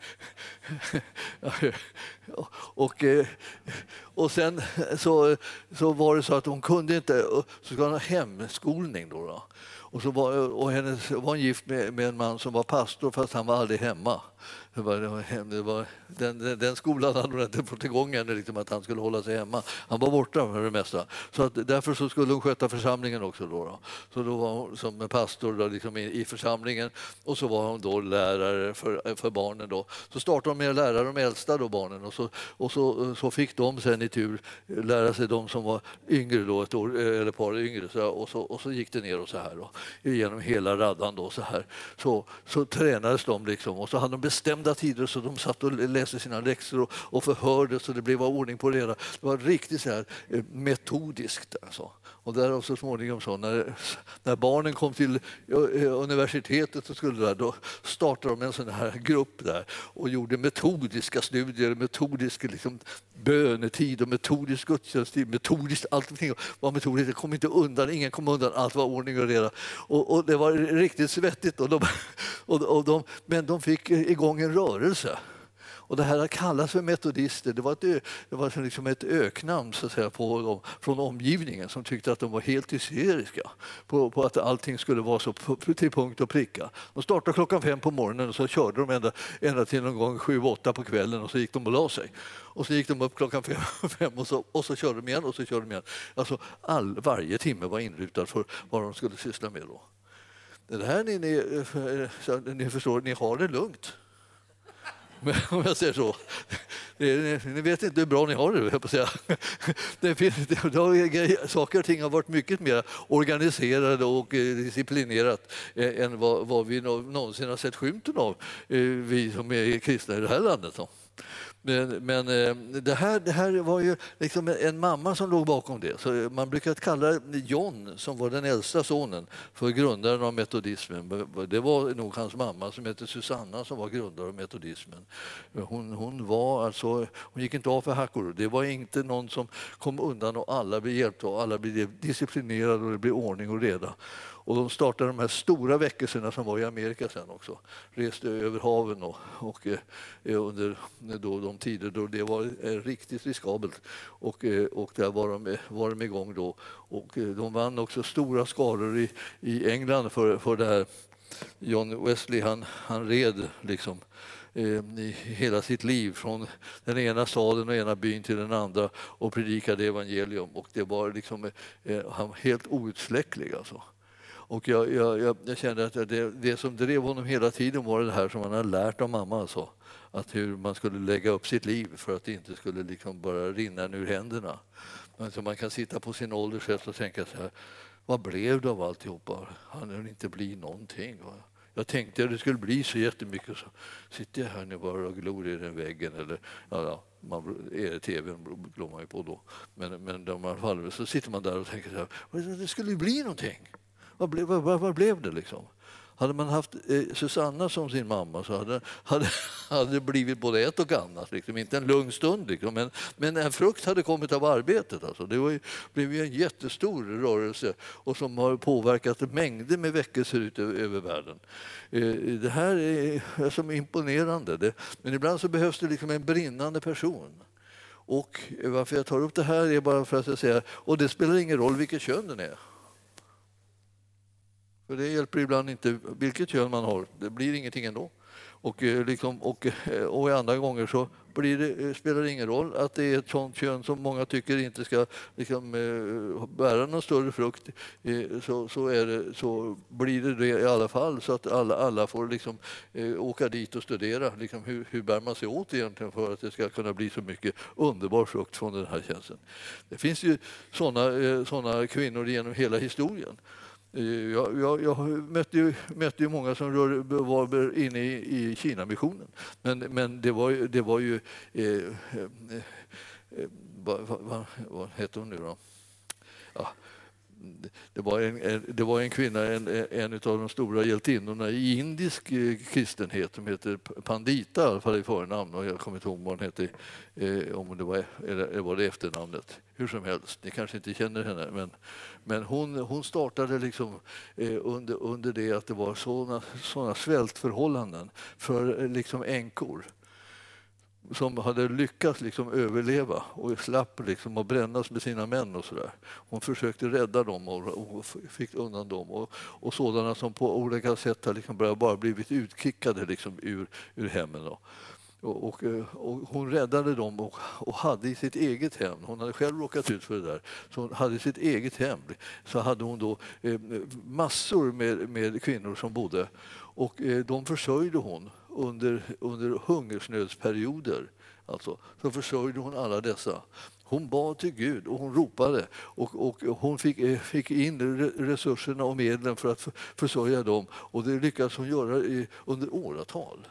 Speaker 2: och, och sen så, så var det så att hon kunde inte, så ska hon ha hemskolning då. då. Och, så var, och hennes, var hon gift med, med en man som var pastor fast han var aldrig hemma. Det var, det var, det var, den, den, den skolan hade hon inte fått igång ännu, liksom att han skulle hålla sig hemma. Han var borta för det mesta. Så att därför så skulle hon sköta församlingen också. Då, då. Så då var hon som pastor då, liksom i, i församlingen och så var hon då lärare för, för barnen. Då. Så startade hon med att lära de äldsta då, barnen och, så, och så, så fick de sen i tur lära sig de som var yngre, då, ett år, eller ett par yngre. Så, och, så, och så gick det ner och så här då, genom hela raddan. Då, så, här. Så, så tränades de liksom, och så hade de bestämda tider så de satt och läste sina läxor och, och förhörde så det blev ordning på det hela. Det var riktigt så här metodiskt. Alltså. Och där så småningom så när, när barnen kom till universitetet och skulle där, då startade de en sån här grupp där och gjorde metodiska studier, metodisk liksom, bönetid och metodisk gudstjänsttid, metodiskt allting var metodiskt. Det kom inte undan, ingen kom undan, allt var ordning och reda. Och, och det var riktigt svettigt. Och de, och, och de, men de fick igång en rörelse. Och det här kallas för metodister. Det var ett, ö, det var liksom ett öknamn så att säga, på dem, från omgivningen som tyckte att de var helt hysteriska på, på att allting skulle vara så till punkt och pricka. De startade klockan fem på morgonen och så körde de ända, ända till någon gång sju, åtta på kvällen och så gick de och la sig. Och så gick de upp klockan fem, fem och, så, och så körde de igen och så körde de igen. Alltså all, varje timme var inrutad för vad de skulle syssla med då. Det här ni, ni, ni förstår, ni har det lugnt. Men om jag säger så, ni, ni vet inte hur bra ni har det, jag på säga. Det finns, det, det, saker och ting har varit mycket mer organiserade och disciplinerat än vad, vad vi någonsin har sett skymten av, vi som är kristna i det här landet. Så. Men, men det, här, det här var ju liksom en mamma som låg bakom det. Så man brukar kalla John, som var den äldsta sonen, för grundaren av metodismen. Det var nog hans mamma som hette Susanna som var grundare av metodismen. Hon, hon, var alltså, hon gick inte av för hackor. Det var inte någon som kom undan och alla blev hjälpta och alla blev disciplinerade och det blev ordning och reda. Och de startade de här stora väckelserna som var i Amerika sen också. Reste över haven och, och eh, under då, de tider då det var eh, riktigt riskabelt. Och, eh, och där var de, var de igång då. Och eh, de vann också stora skaror i, i England för, för det här. John Wesley han, han red liksom i hela sitt liv från den ena staden och ena byn till den andra och predikade evangelium. Och det var liksom eh, han helt outsläcklig alltså. Och jag, jag, jag, jag kände att det, det som drev honom hela tiden var det här som han hade lärt av mamma. Alltså. Att hur man skulle lägga upp sitt liv för att det inte skulle liksom bara rinna ur händerna. Alltså man kan sitta på sin ålders sätt och tänka så här, vad blev det av alltihopa? Han det inte bli någonting. Va? Jag tänkte att det skulle bli så jättemycket, så sitter jag här nu bara och glor i den väggen. Eller, ja, ja, man, är tvn glor man ju på då. Men, men de här fall, så sitter man där och tänker så här, det skulle ju bli någonting. Vad blev, vad, vad blev det liksom? Hade man haft eh, Susanna som sin mamma så hade, hade, hade det blivit både ett och annat. Liksom. Inte en lugn stund, liksom. men, men en frukt hade kommit av arbetet. Alltså. Det var ju, blev ju en jättestor rörelse och som har påverkat mängder med väckelser ut över, över världen. Eh, det här är alltså, imponerande. Det, men ibland så behövs det liksom en brinnande person. Och varför jag tar upp det här är bara för att jag säger, och det spelar ingen roll vilket kön den är. För det hjälper ibland inte vilket kön man har. Det blir ingenting ändå. Och, liksom, och, och i andra gånger så blir det, spelar det ingen roll att det är ett sånt kön som många tycker inte ska liksom, bära någon större frukt. Så, så, är det, så blir det det i alla fall så att alla, alla får liksom, åka dit och studera liksom, hur, hur bär man sig åt egentligen för att det ska kunna bli så mycket underbar frukt från den här tjänsten. Det finns ju såna, såna kvinnor genom hela historien. Jag, jag, jag mötte, ju, mötte ju många som rör, var inne i, i Kina-missionen. Men, men det var, det var ju... Eh, eh, vad, vad, vad heter hon nu då? Ja, Det var en, en, det var en kvinna, en, en av de stora hjältinnorna i indisk eh, kristenhet som heter Pandita, i alla fall i förnamn, och jag kommer inte ihåg vad hon hette, eh, om det var, eller var det efternamnet. Hur som helst, ni kanske inte känner henne, men, men hon, hon startade liksom, eh, under, under det att det var såna, såna svältförhållanden för eh, liksom änkor som hade lyckats liksom överleva och slapp liksom att brännas med sina män och sådär. Hon försökte rädda dem och, och fick undan dem. Och, och sådana som på olika sätt har liksom bara, bara blivit utkickade liksom ur, ur hemmen. Då. Och, och, och hon räddade dem och, och hade i sitt eget hem, hon hade själv råkat ut för det där, så hon hade i sitt eget hem, så hade hon då eh, massor med, med kvinnor som bodde, och eh, de försörjde hon under, under hungersnödsperioder. Alltså, så försörjde hon alla dessa. Hon bad till Gud och hon ropade, och, och hon fick, fick in resurserna och medlen för att försörja dem, och det lyckades hon göra i, under åratal.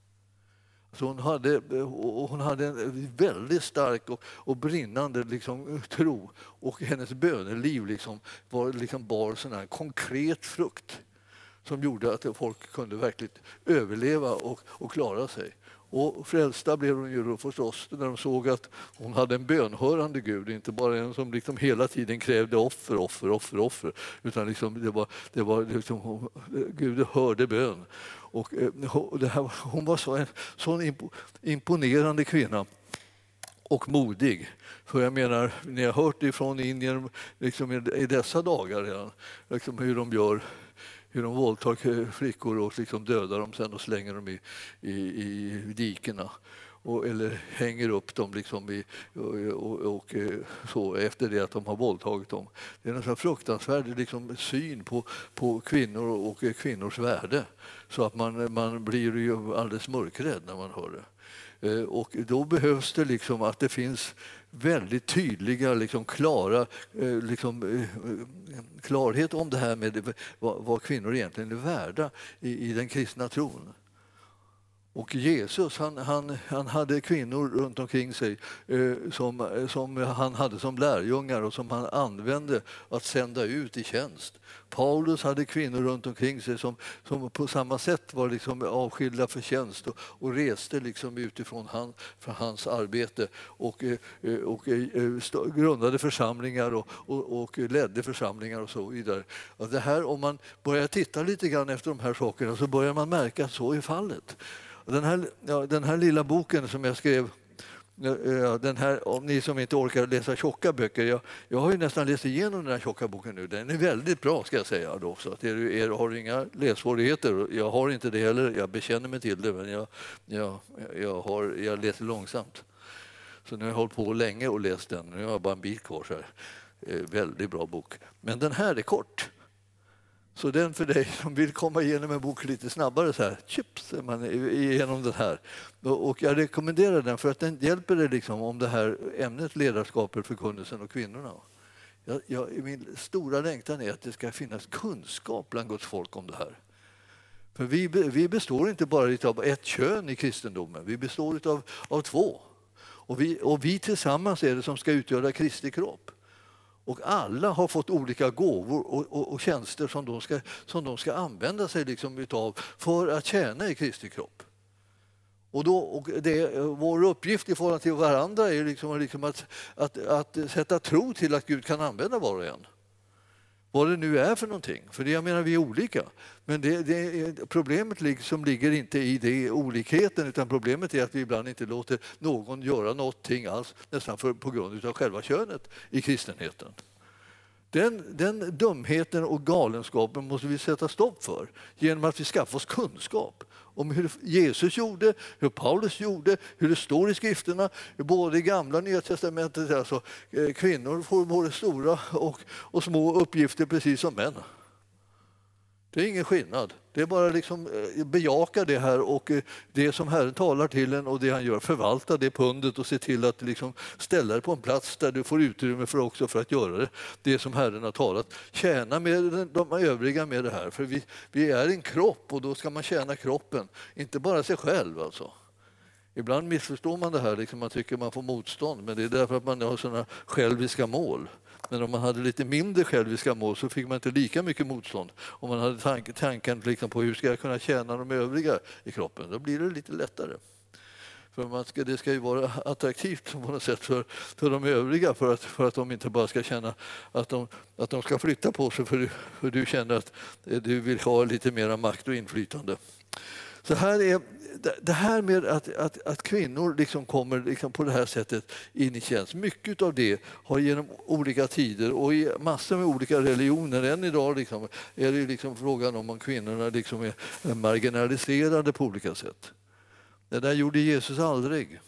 Speaker 2: Så hon hade, hon hade en väldigt stark och, och brinnande liksom, tro, och hennes böneliv liksom, var, liksom, bar sån här konkret frukt som gjorde att folk kunde verkligen överleva och, och klara sig. Och frälsta blev hon ju då förstås när de såg att hon hade en bönhörande Gud, inte bara en som liksom hela tiden krävde offer, offer, offer, offer, utan liksom det var, det var liksom, Gud hörde bön. Och det här, hon var så en sån imponerande kvinna och modig. För jag menar, ni har hört ifrån Indien liksom i dessa dagar redan, liksom hur de gör, hur de våldtar flickor och liksom dödar dem sen och slänger dem i, i, i dikena. Och, eller hänger upp dem liksom i, och, och, och så efter det att de har våldtagit dem. Det är en sån fruktansvärd liksom, syn på, på kvinnor och kvinnors värde, så att man, man blir ju alldeles mörkrädd när man hör det. Och då behövs det liksom att det finns väldigt tydliga, liksom klara, liksom, klarhet om det här med vad, vad kvinnor egentligen är värda i, i den kristna tron. Och Jesus, han, han, han hade kvinnor runt omkring sig eh, som, som han hade som lärjungar och som han använde att sända ut i tjänst. Paulus hade kvinnor runt omkring sig som, som på samma sätt var liksom avskilda för tjänst och, och reste liksom utifrån han, för hans arbete och, eh, och eh, st- grundade församlingar och, och, och ledde församlingar och så vidare. Och det här, om man börjar titta lite grann efter de här sakerna, så börjar man märka att så är fallet. Den här, ja, den här lilla boken som jag skrev, ja, den här, om ni som inte orkar läsa tjocka böcker, jag, jag har ju nästan läst igenom den här tjocka boken nu. Den är väldigt bra, ska jag säga då, så att er, er har inga lässvårigheter. Jag har inte det heller, jag bekänner mig till det, men jag, jag, jag, har, jag läser långsamt. Så nu har jag hållit på länge och läst den, nu har jag bara en bit kvar så här. Väldigt bra bok. Men den här är kort. Så den för dig som vill komma igenom en bok lite snabbare, så här, chips, är man igenom den här. Och jag rekommenderar den för att den hjälper dig liksom om det här ämnet ledarskapet, förkunnelsen och kvinnorna. Jag, jag, min stora längtan är att det ska finnas kunskap bland Guds folk om det här. För vi, vi består inte bara av ett kön i kristendomen, vi består av, av två. Och vi, och vi tillsammans är det som ska utgöra Kristi kropp. Och alla har fått olika gåvor och, och, och tjänster som de ska, som de ska använda sig liksom utav för att tjäna i Kristi kropp. Och, då, och det, vår uppgift i förhållande till varandra är liksom, liksom att, att, att sätta tro till att Gud kan använda var och en. Vad det nu är för någonting. För det, jag menar, vi är olika. Men det, det, problemet liksom ligger inte i det olikheten, utan problemet är att vi ibland inte låter någon göra någonting alls, nästan för, på grund av själva könet i kristenheten. Den, den dumheten och galenskapen måste vi sätta stopp för genom att vi skaffar oss kunskap om hur Jesus gjorde, hur Paulus gjorde, hur det står i skrifterna, både i gamla och nya testamentet. Alltså, kvinnor får både stora och, och små uppgifter precis som män. Det är ingen skillnad. Det är bara liksom bejaka det här och det som Herren talar till en och det han gör. Förvalta det pundet och se till att liksom ställa det på en plats där du får utrymme för också för att göra det. Det som Herren har talat. Tjäna med de övriga med det här. För vi, vi är en kropp och då ska man tjäna kroppen. Inte bara sig själv alltså. Ibland missförstår man det här. Liksom man tycker man får motstånd. Men det är därför att man har sådana själviska mål. Men om man hade lite mindre själviska mål så fick man inte lika mycket motstånd. Om man hade tank, tanken liksom på hur ska jag kunna tjäna de övriga i kroppen, då blir det lite lättare. För man ska, det ska ju vara attraktivt på något sätt för, för de övriga för att, för att de inte bara ska känna att de, att de ska flytta på sig för, för du känner att du vill ha lite mer makt och inflytande. Så här är, det här med att, att, att kvinnor liksom kommer liksom på det här sättet in i tjänst, mycket av det har genom olika tider och i massor med olika religioner, än idag liksom, är det liksom frågan om att kvinnorna liksom är marginaliserade på olika sätt. Det där gjorde Jesus aldrig.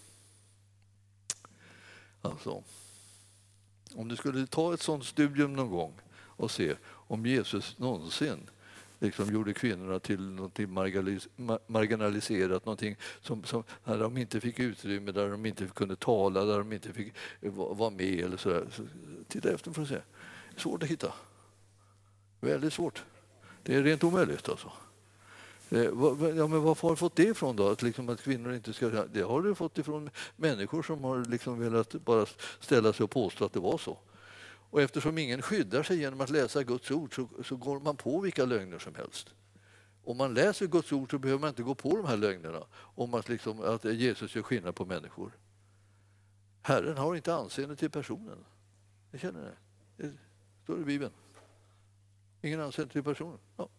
Speaker 2: Alltså, om du skulle ta ett sådant studium någon gång och se om Jesus någonsin liksom gjorde kvinnorna till något marginaliserat, någonting som, som där de inte fick utrymme, där de inte kunde tala, där de inte fick vara med eller så där. Så titta efter för att se. Svårt att hitta. Väldigt svårt. Det är rent omöjligt alltså. Ja, men varför har du fått det ifrån då? Att, liksom, att kvinnor inte ska... Det har du fått ifrån människor som har liksom velat bara ställa sig och påstå att det var så. Och eftersom ingen skyddar sig genom att läsa Guds ord så, så går man på vilka lögner som helst. Om man läser Guds ord så behöver man inte gå på de här lögnerna om att, liksom, att Jesus gör skillnad på människor. Herren har inte anseende till personen. Jag känner det. Det står i Bibeln. Ingen anseende till personen. Ja.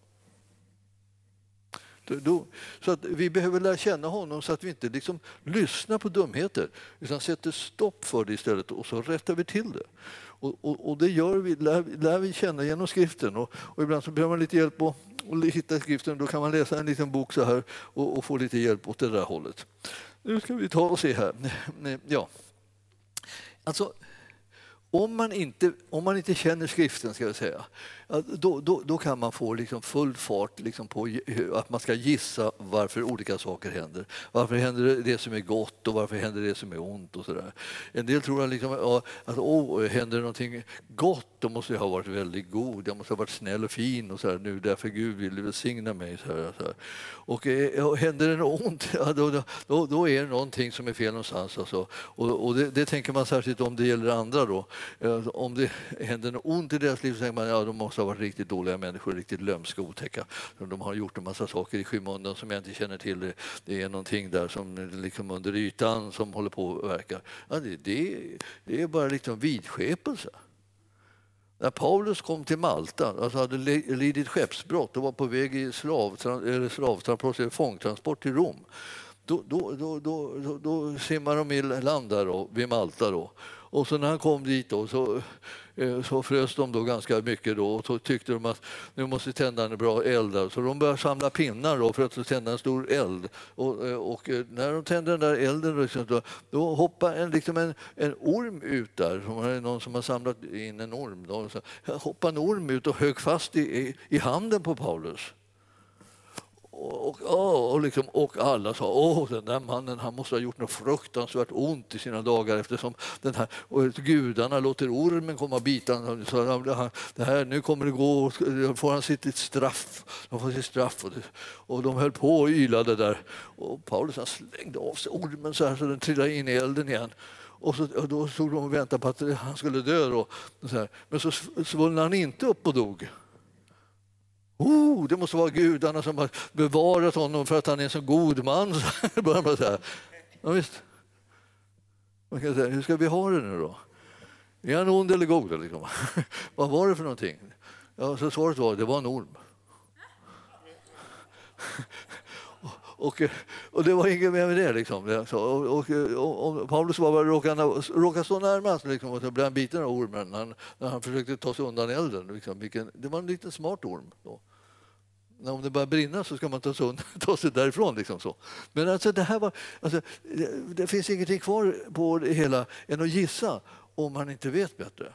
Speaker 2: Då, så att vi behöver lära känna honom så att vi inte liksom lyssnar på dumheter utan sätter stopp för det istället och så rättar vi till det. Och, och, och det gör vi, lär, lär vi känna genom skriften och, och ibland så behöver man lite hjälp att och hitta skriften. Då kan man läsa en liten bok så här och, och få lite hjälp åt det där hållet. Nu ska vi ta och se här. Ja. Alltså, om man inte, om man inte känner skriften ska jag säga, då, då, då kan man få liksom full fart liksom på att man ska gissa varför olika saker händer. Varför händer det som är gott och varför händer det som är ont och sådär. En del tror att, liksom, att åh, händer det någonting gott då måste jag ha varit väldigt god, jag måste ha varit snäll och fin och så här, nu därför Gud vill välsigna mig. Så här, så här. Och eh, händer det något ont, ja, då, då, då är det någonting som är fel någonstans. Alltså. Och, och det, det tänker man särskilt om det gäller andra då. Om det händer något ont i deras liv så tänker man ja, de måste ha varit riktigt dåliga människor, riktigt lömska och otäcka. De har gjort en massa saker i skymundan som jag inte känner till. Det är någonting där som liksom under ytan som håller på att verka. Ja, det, det, det är bara liksom vidskepelse. När Paulus kom till Malta, alltså hade lidit skeppsbrott och var på väg i slavtransport, fångtransport till Rom, då, då, då, då, då, då simmar de i land där då, vid Malta då. Och så när han kom dit då, så, så frös de då ganska mycket då, och så tyckte de att nu måste tända en bra eld där. Så de började samla pinnar då för att tända en stor eld. Och, och när de tände den där elden då, då hoppade en, liksom en, en orm ut där. Som var någon som har samlat in en orm. Då. Så hoppade en orm ut och högg fast i, i, i handen på Paulus. Och, och, och, liksom, och alla sa åh, den där mannen han måste ha gjort något fruktansvärt ont i sina dagar eftersom den här, och gudarna låter ormen komma och bita. Så det här, nu kommer det gå och får han sitt straff. De får sitt straff och, det, och de höll på och ylade där. Och Paulus han slängde av sig ormen så här så den trillade in i elden igen. Och, så, och då stod de och väntade på att han skulle dö. Då, så här. Men så svullnade han inte upp och dog. Oh, det måste vara gudarna som har bevarat honom för att han är en så god man. Börjar man säga. Ja, visst. Man kan säga, hur ska vi ha det nu då? Är han ond eller god? Liksom? Vad var det för någonting? Ja, så svaret var det var en orm. Och, och det var inget mer med det. Liksom. Och, och, och, och Paulus var bara råkade, råkade stå närmast liksom, och så blev han biten av ormen när han, när han försökte ta sig undan elden. Liksom. Vilken, det var en liten smart orm. Då. När om det börjar brinna så ska man ta sig, undan, ta sig därifrån. Liksom så. Men alltså, det, här var, alltså, det, det finns ingenting kvar på det hela än att gissa om man inte vet bättre.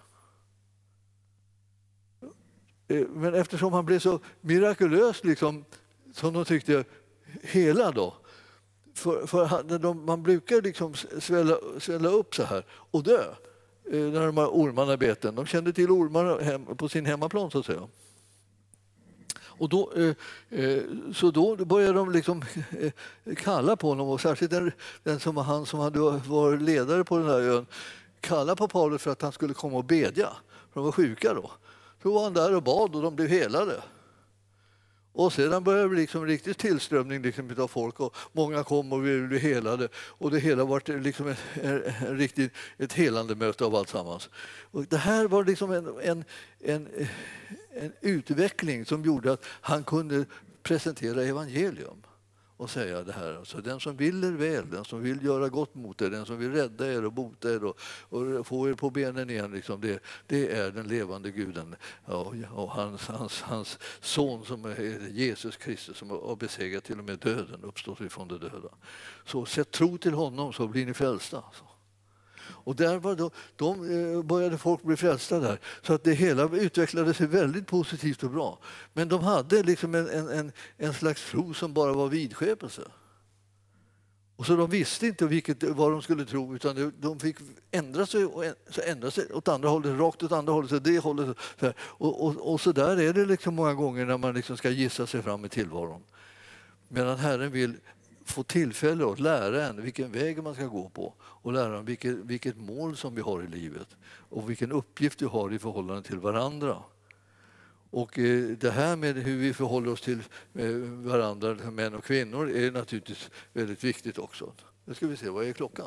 Speaker 2: Men eftersom han blev så mirakulös liksom, som de tyckte hela då. För, för de, man brukar liksom svälla, svälla upp så här och dö eh, när de här ormarna beten. De kände till ormar hem, på sin hemmaplan så att säga. Och då, eh, eh, så då började de liksom eh, kalla på honom och särskilt den, den som han som hade varit ledare på den här ön kalla på Paulus för att han skulle komma och bedja. för de var sjuka då. Så var han där och bad och de blev helade. Och sedan började det liksom riktigt tillströmning liksom av folk och många kom och ville bli helade. Och det hela var liksom en, en, en riktigt, ett helande möte av allt sammans. Och det här var liksom en, en, en, en utveckling som gjorde att han kunde presentera evangelium och säga det här. Alltså, den som vill er väl, den som vill göra gott mot er, den som vill rädda er och bota er och, och få er på benen igen, liksom, det, det är den levande guden. Ja, och hans, hans, hans son som är Jesus Kristus som har besegrat till och med döden, uppstått ifrån de döda. Så sätt tro till honom så blir ni frälsta. Alltså. Och där var då, de började folk bli frälsta där. Så att det hela utvecklade sig väldigt positivt och bra. Men de hade liksom en, en, en, en slags tro som bara var vidskepelse. Och så de visste inte vilket, vad de skulle tro, utan de fick ändra sig och så ändra sig åt andra hållet, rakt åt andra hållet, så det hållet. Så och, och, och så där är det liksom många gånger när man liksom ska gissa sig fram i tillvaron. Medan Herren vill få tillfälle att lära en vilken väg man ska gå på och lära en vilket, vilket mål som vi har i livet och vilken uppgift vi har i förhållande till varandra. Och eh, det här med hur vi förhåller oss till eh, varandra, män och kvinnor, är naturligtvis väldigt viktigt också. Nu ska vi se, vad är klockan?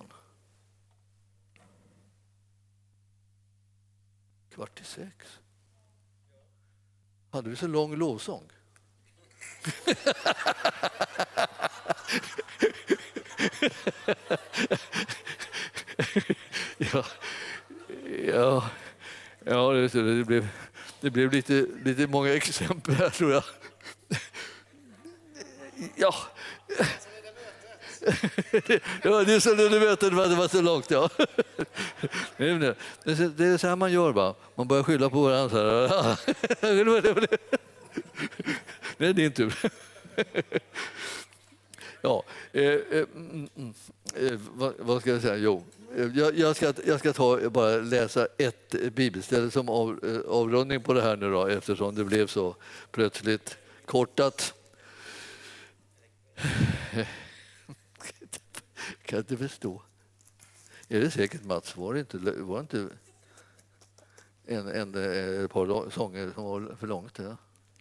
Speaker 2: Kvart i sex. Hade vi så lång lovsång? ja, ja, ja det, det blev, det blev lite, lite många exempel här, tror jag. Ja. Ja, det är så det mötet var, det var så långt, ja. Det är så här man gör, va? Man börjar skylla på varandra så här. Det är din tur. Ja, eh, eh, eh, vad, vad ska jag säga? Jo, jag, jag, ska, jag ska ta, bara läsa ett bibelställe som av, eh, avrundning på det här nu då, eftersom det blev så plötsligt kortat. Kan inte förstå. Är det säkert Mats? Var det inte, var det inte en, en, ett par sånger som var för långt? Ja?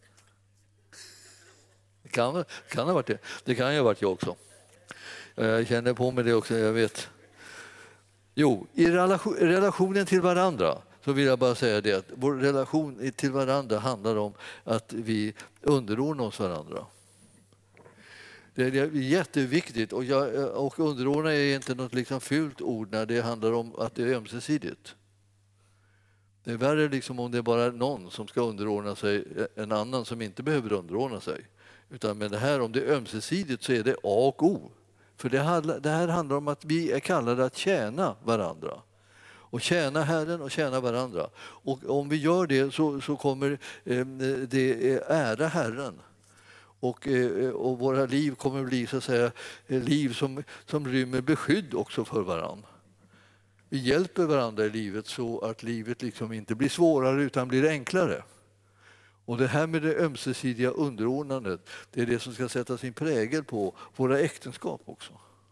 Speaker 2: Det kan, kan ha varit det. Det kan ju ha varit jag också. Jag känner på mig det också, jag vet. Jo, i relation, relationen till varandra så vill jag bara säga det att vår relation till varandra handlar om att vi underordnar oss varandra. Det är jätteviktigt, och, jag, och underordna är inte något liksom fult ord när det handlar om att det är ömsesidigt. Det är värre liksom om det är bara någon som ska underordna sig en annan som inte behöver underordna sig. Utan med det här, om det är ömsesidigt så är det A och O. För det här, det här handlar om att vi är kallade att tjäna varandra. Och tjäna Herren och tjäna varandra. Och om vi gör det så, så kommer eh, det ära Herren. Och, eh, och våra liv kommer bli så att säga liv som, som rymmer beskydd också för varandra. Vi hjälper varandra i livet så att livet liksom inte blir svårare utan blir enklare. Och det här med det ömsesidiga underordnandet, det är det som ska sätta sin prägel på våra äktenskap också.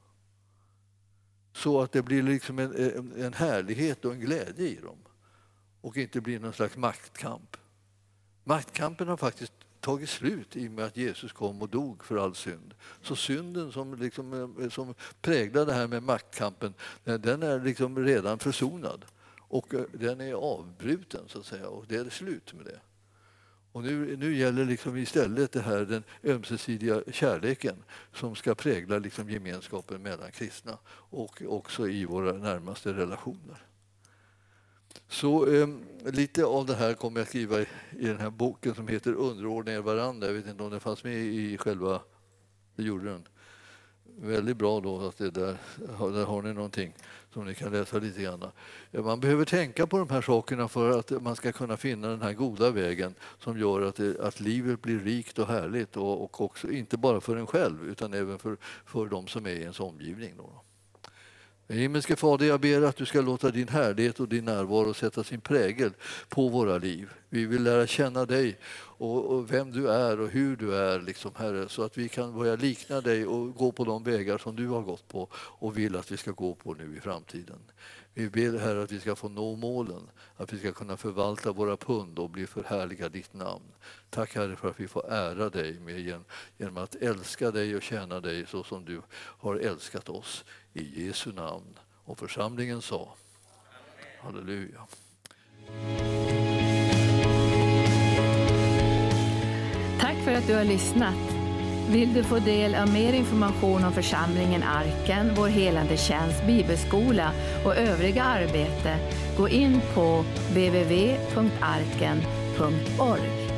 Speaker 2: Så att det blir liksom en, en härlighet och en glädje i dem. Och inte blir någon slags maktkamp. Maktkampen har faktiskt tagit slut i och med att Jesus kom och dog för all synd. Så synden som, liksom, som präglar det här med maktkampen, den är liksom redan försonad. Och den är avbruten, så att säga, och det är slut med det. Och nu, nu gäller liksom istället det här, den ömsesidiga kärleken som ska prägla liksom gemenskapen mellan kristna och också i våra närmaste relationer. Så eh, lite av det här kommer jag skriva i, i den här boken som heter Underordna er varandra. Jag vet inte om den fanns med i själva, det gjorde den. Väldigt bra då att det där, där har ni någonting som ni kan läsa lite grann. Man behöver tänka på de här sakerna för att man ska kunna finna den här goda vägen som gör att, det, att livet blir rikt och härligt och, och också inte bara för en själv utan även för, för de som är i ens omgivning. Då. Himmelske Fader, jag ber att du ska låta din härlighet och din närvaro sätta sin prägel på våra liv. Vi vill lära känna dig och, och vem du är och hur du är, liksom, Herre, så att vi kan börja likna dig och gå på de vägar som du har gått på och vill att vi ska gå på nu i framtiden. Vi ber, Herre, att vi ska få nå målen, att vi ska kunna förvalta våra pund och bli förhärliga ditt namn. Tack, Herre, för att vi får ära dig med genom att älska dig och tjäna dig så som du har älskat oss. I Jesu namn. Och församlingen sa halleluja.
Speaker 3: Tack för att du har lyssnat. Vill du få del av mer information om församlingen Arken, vår helande tjänst, bibelskola och övriga arbete, gå in på w w w punkt arken punkt org.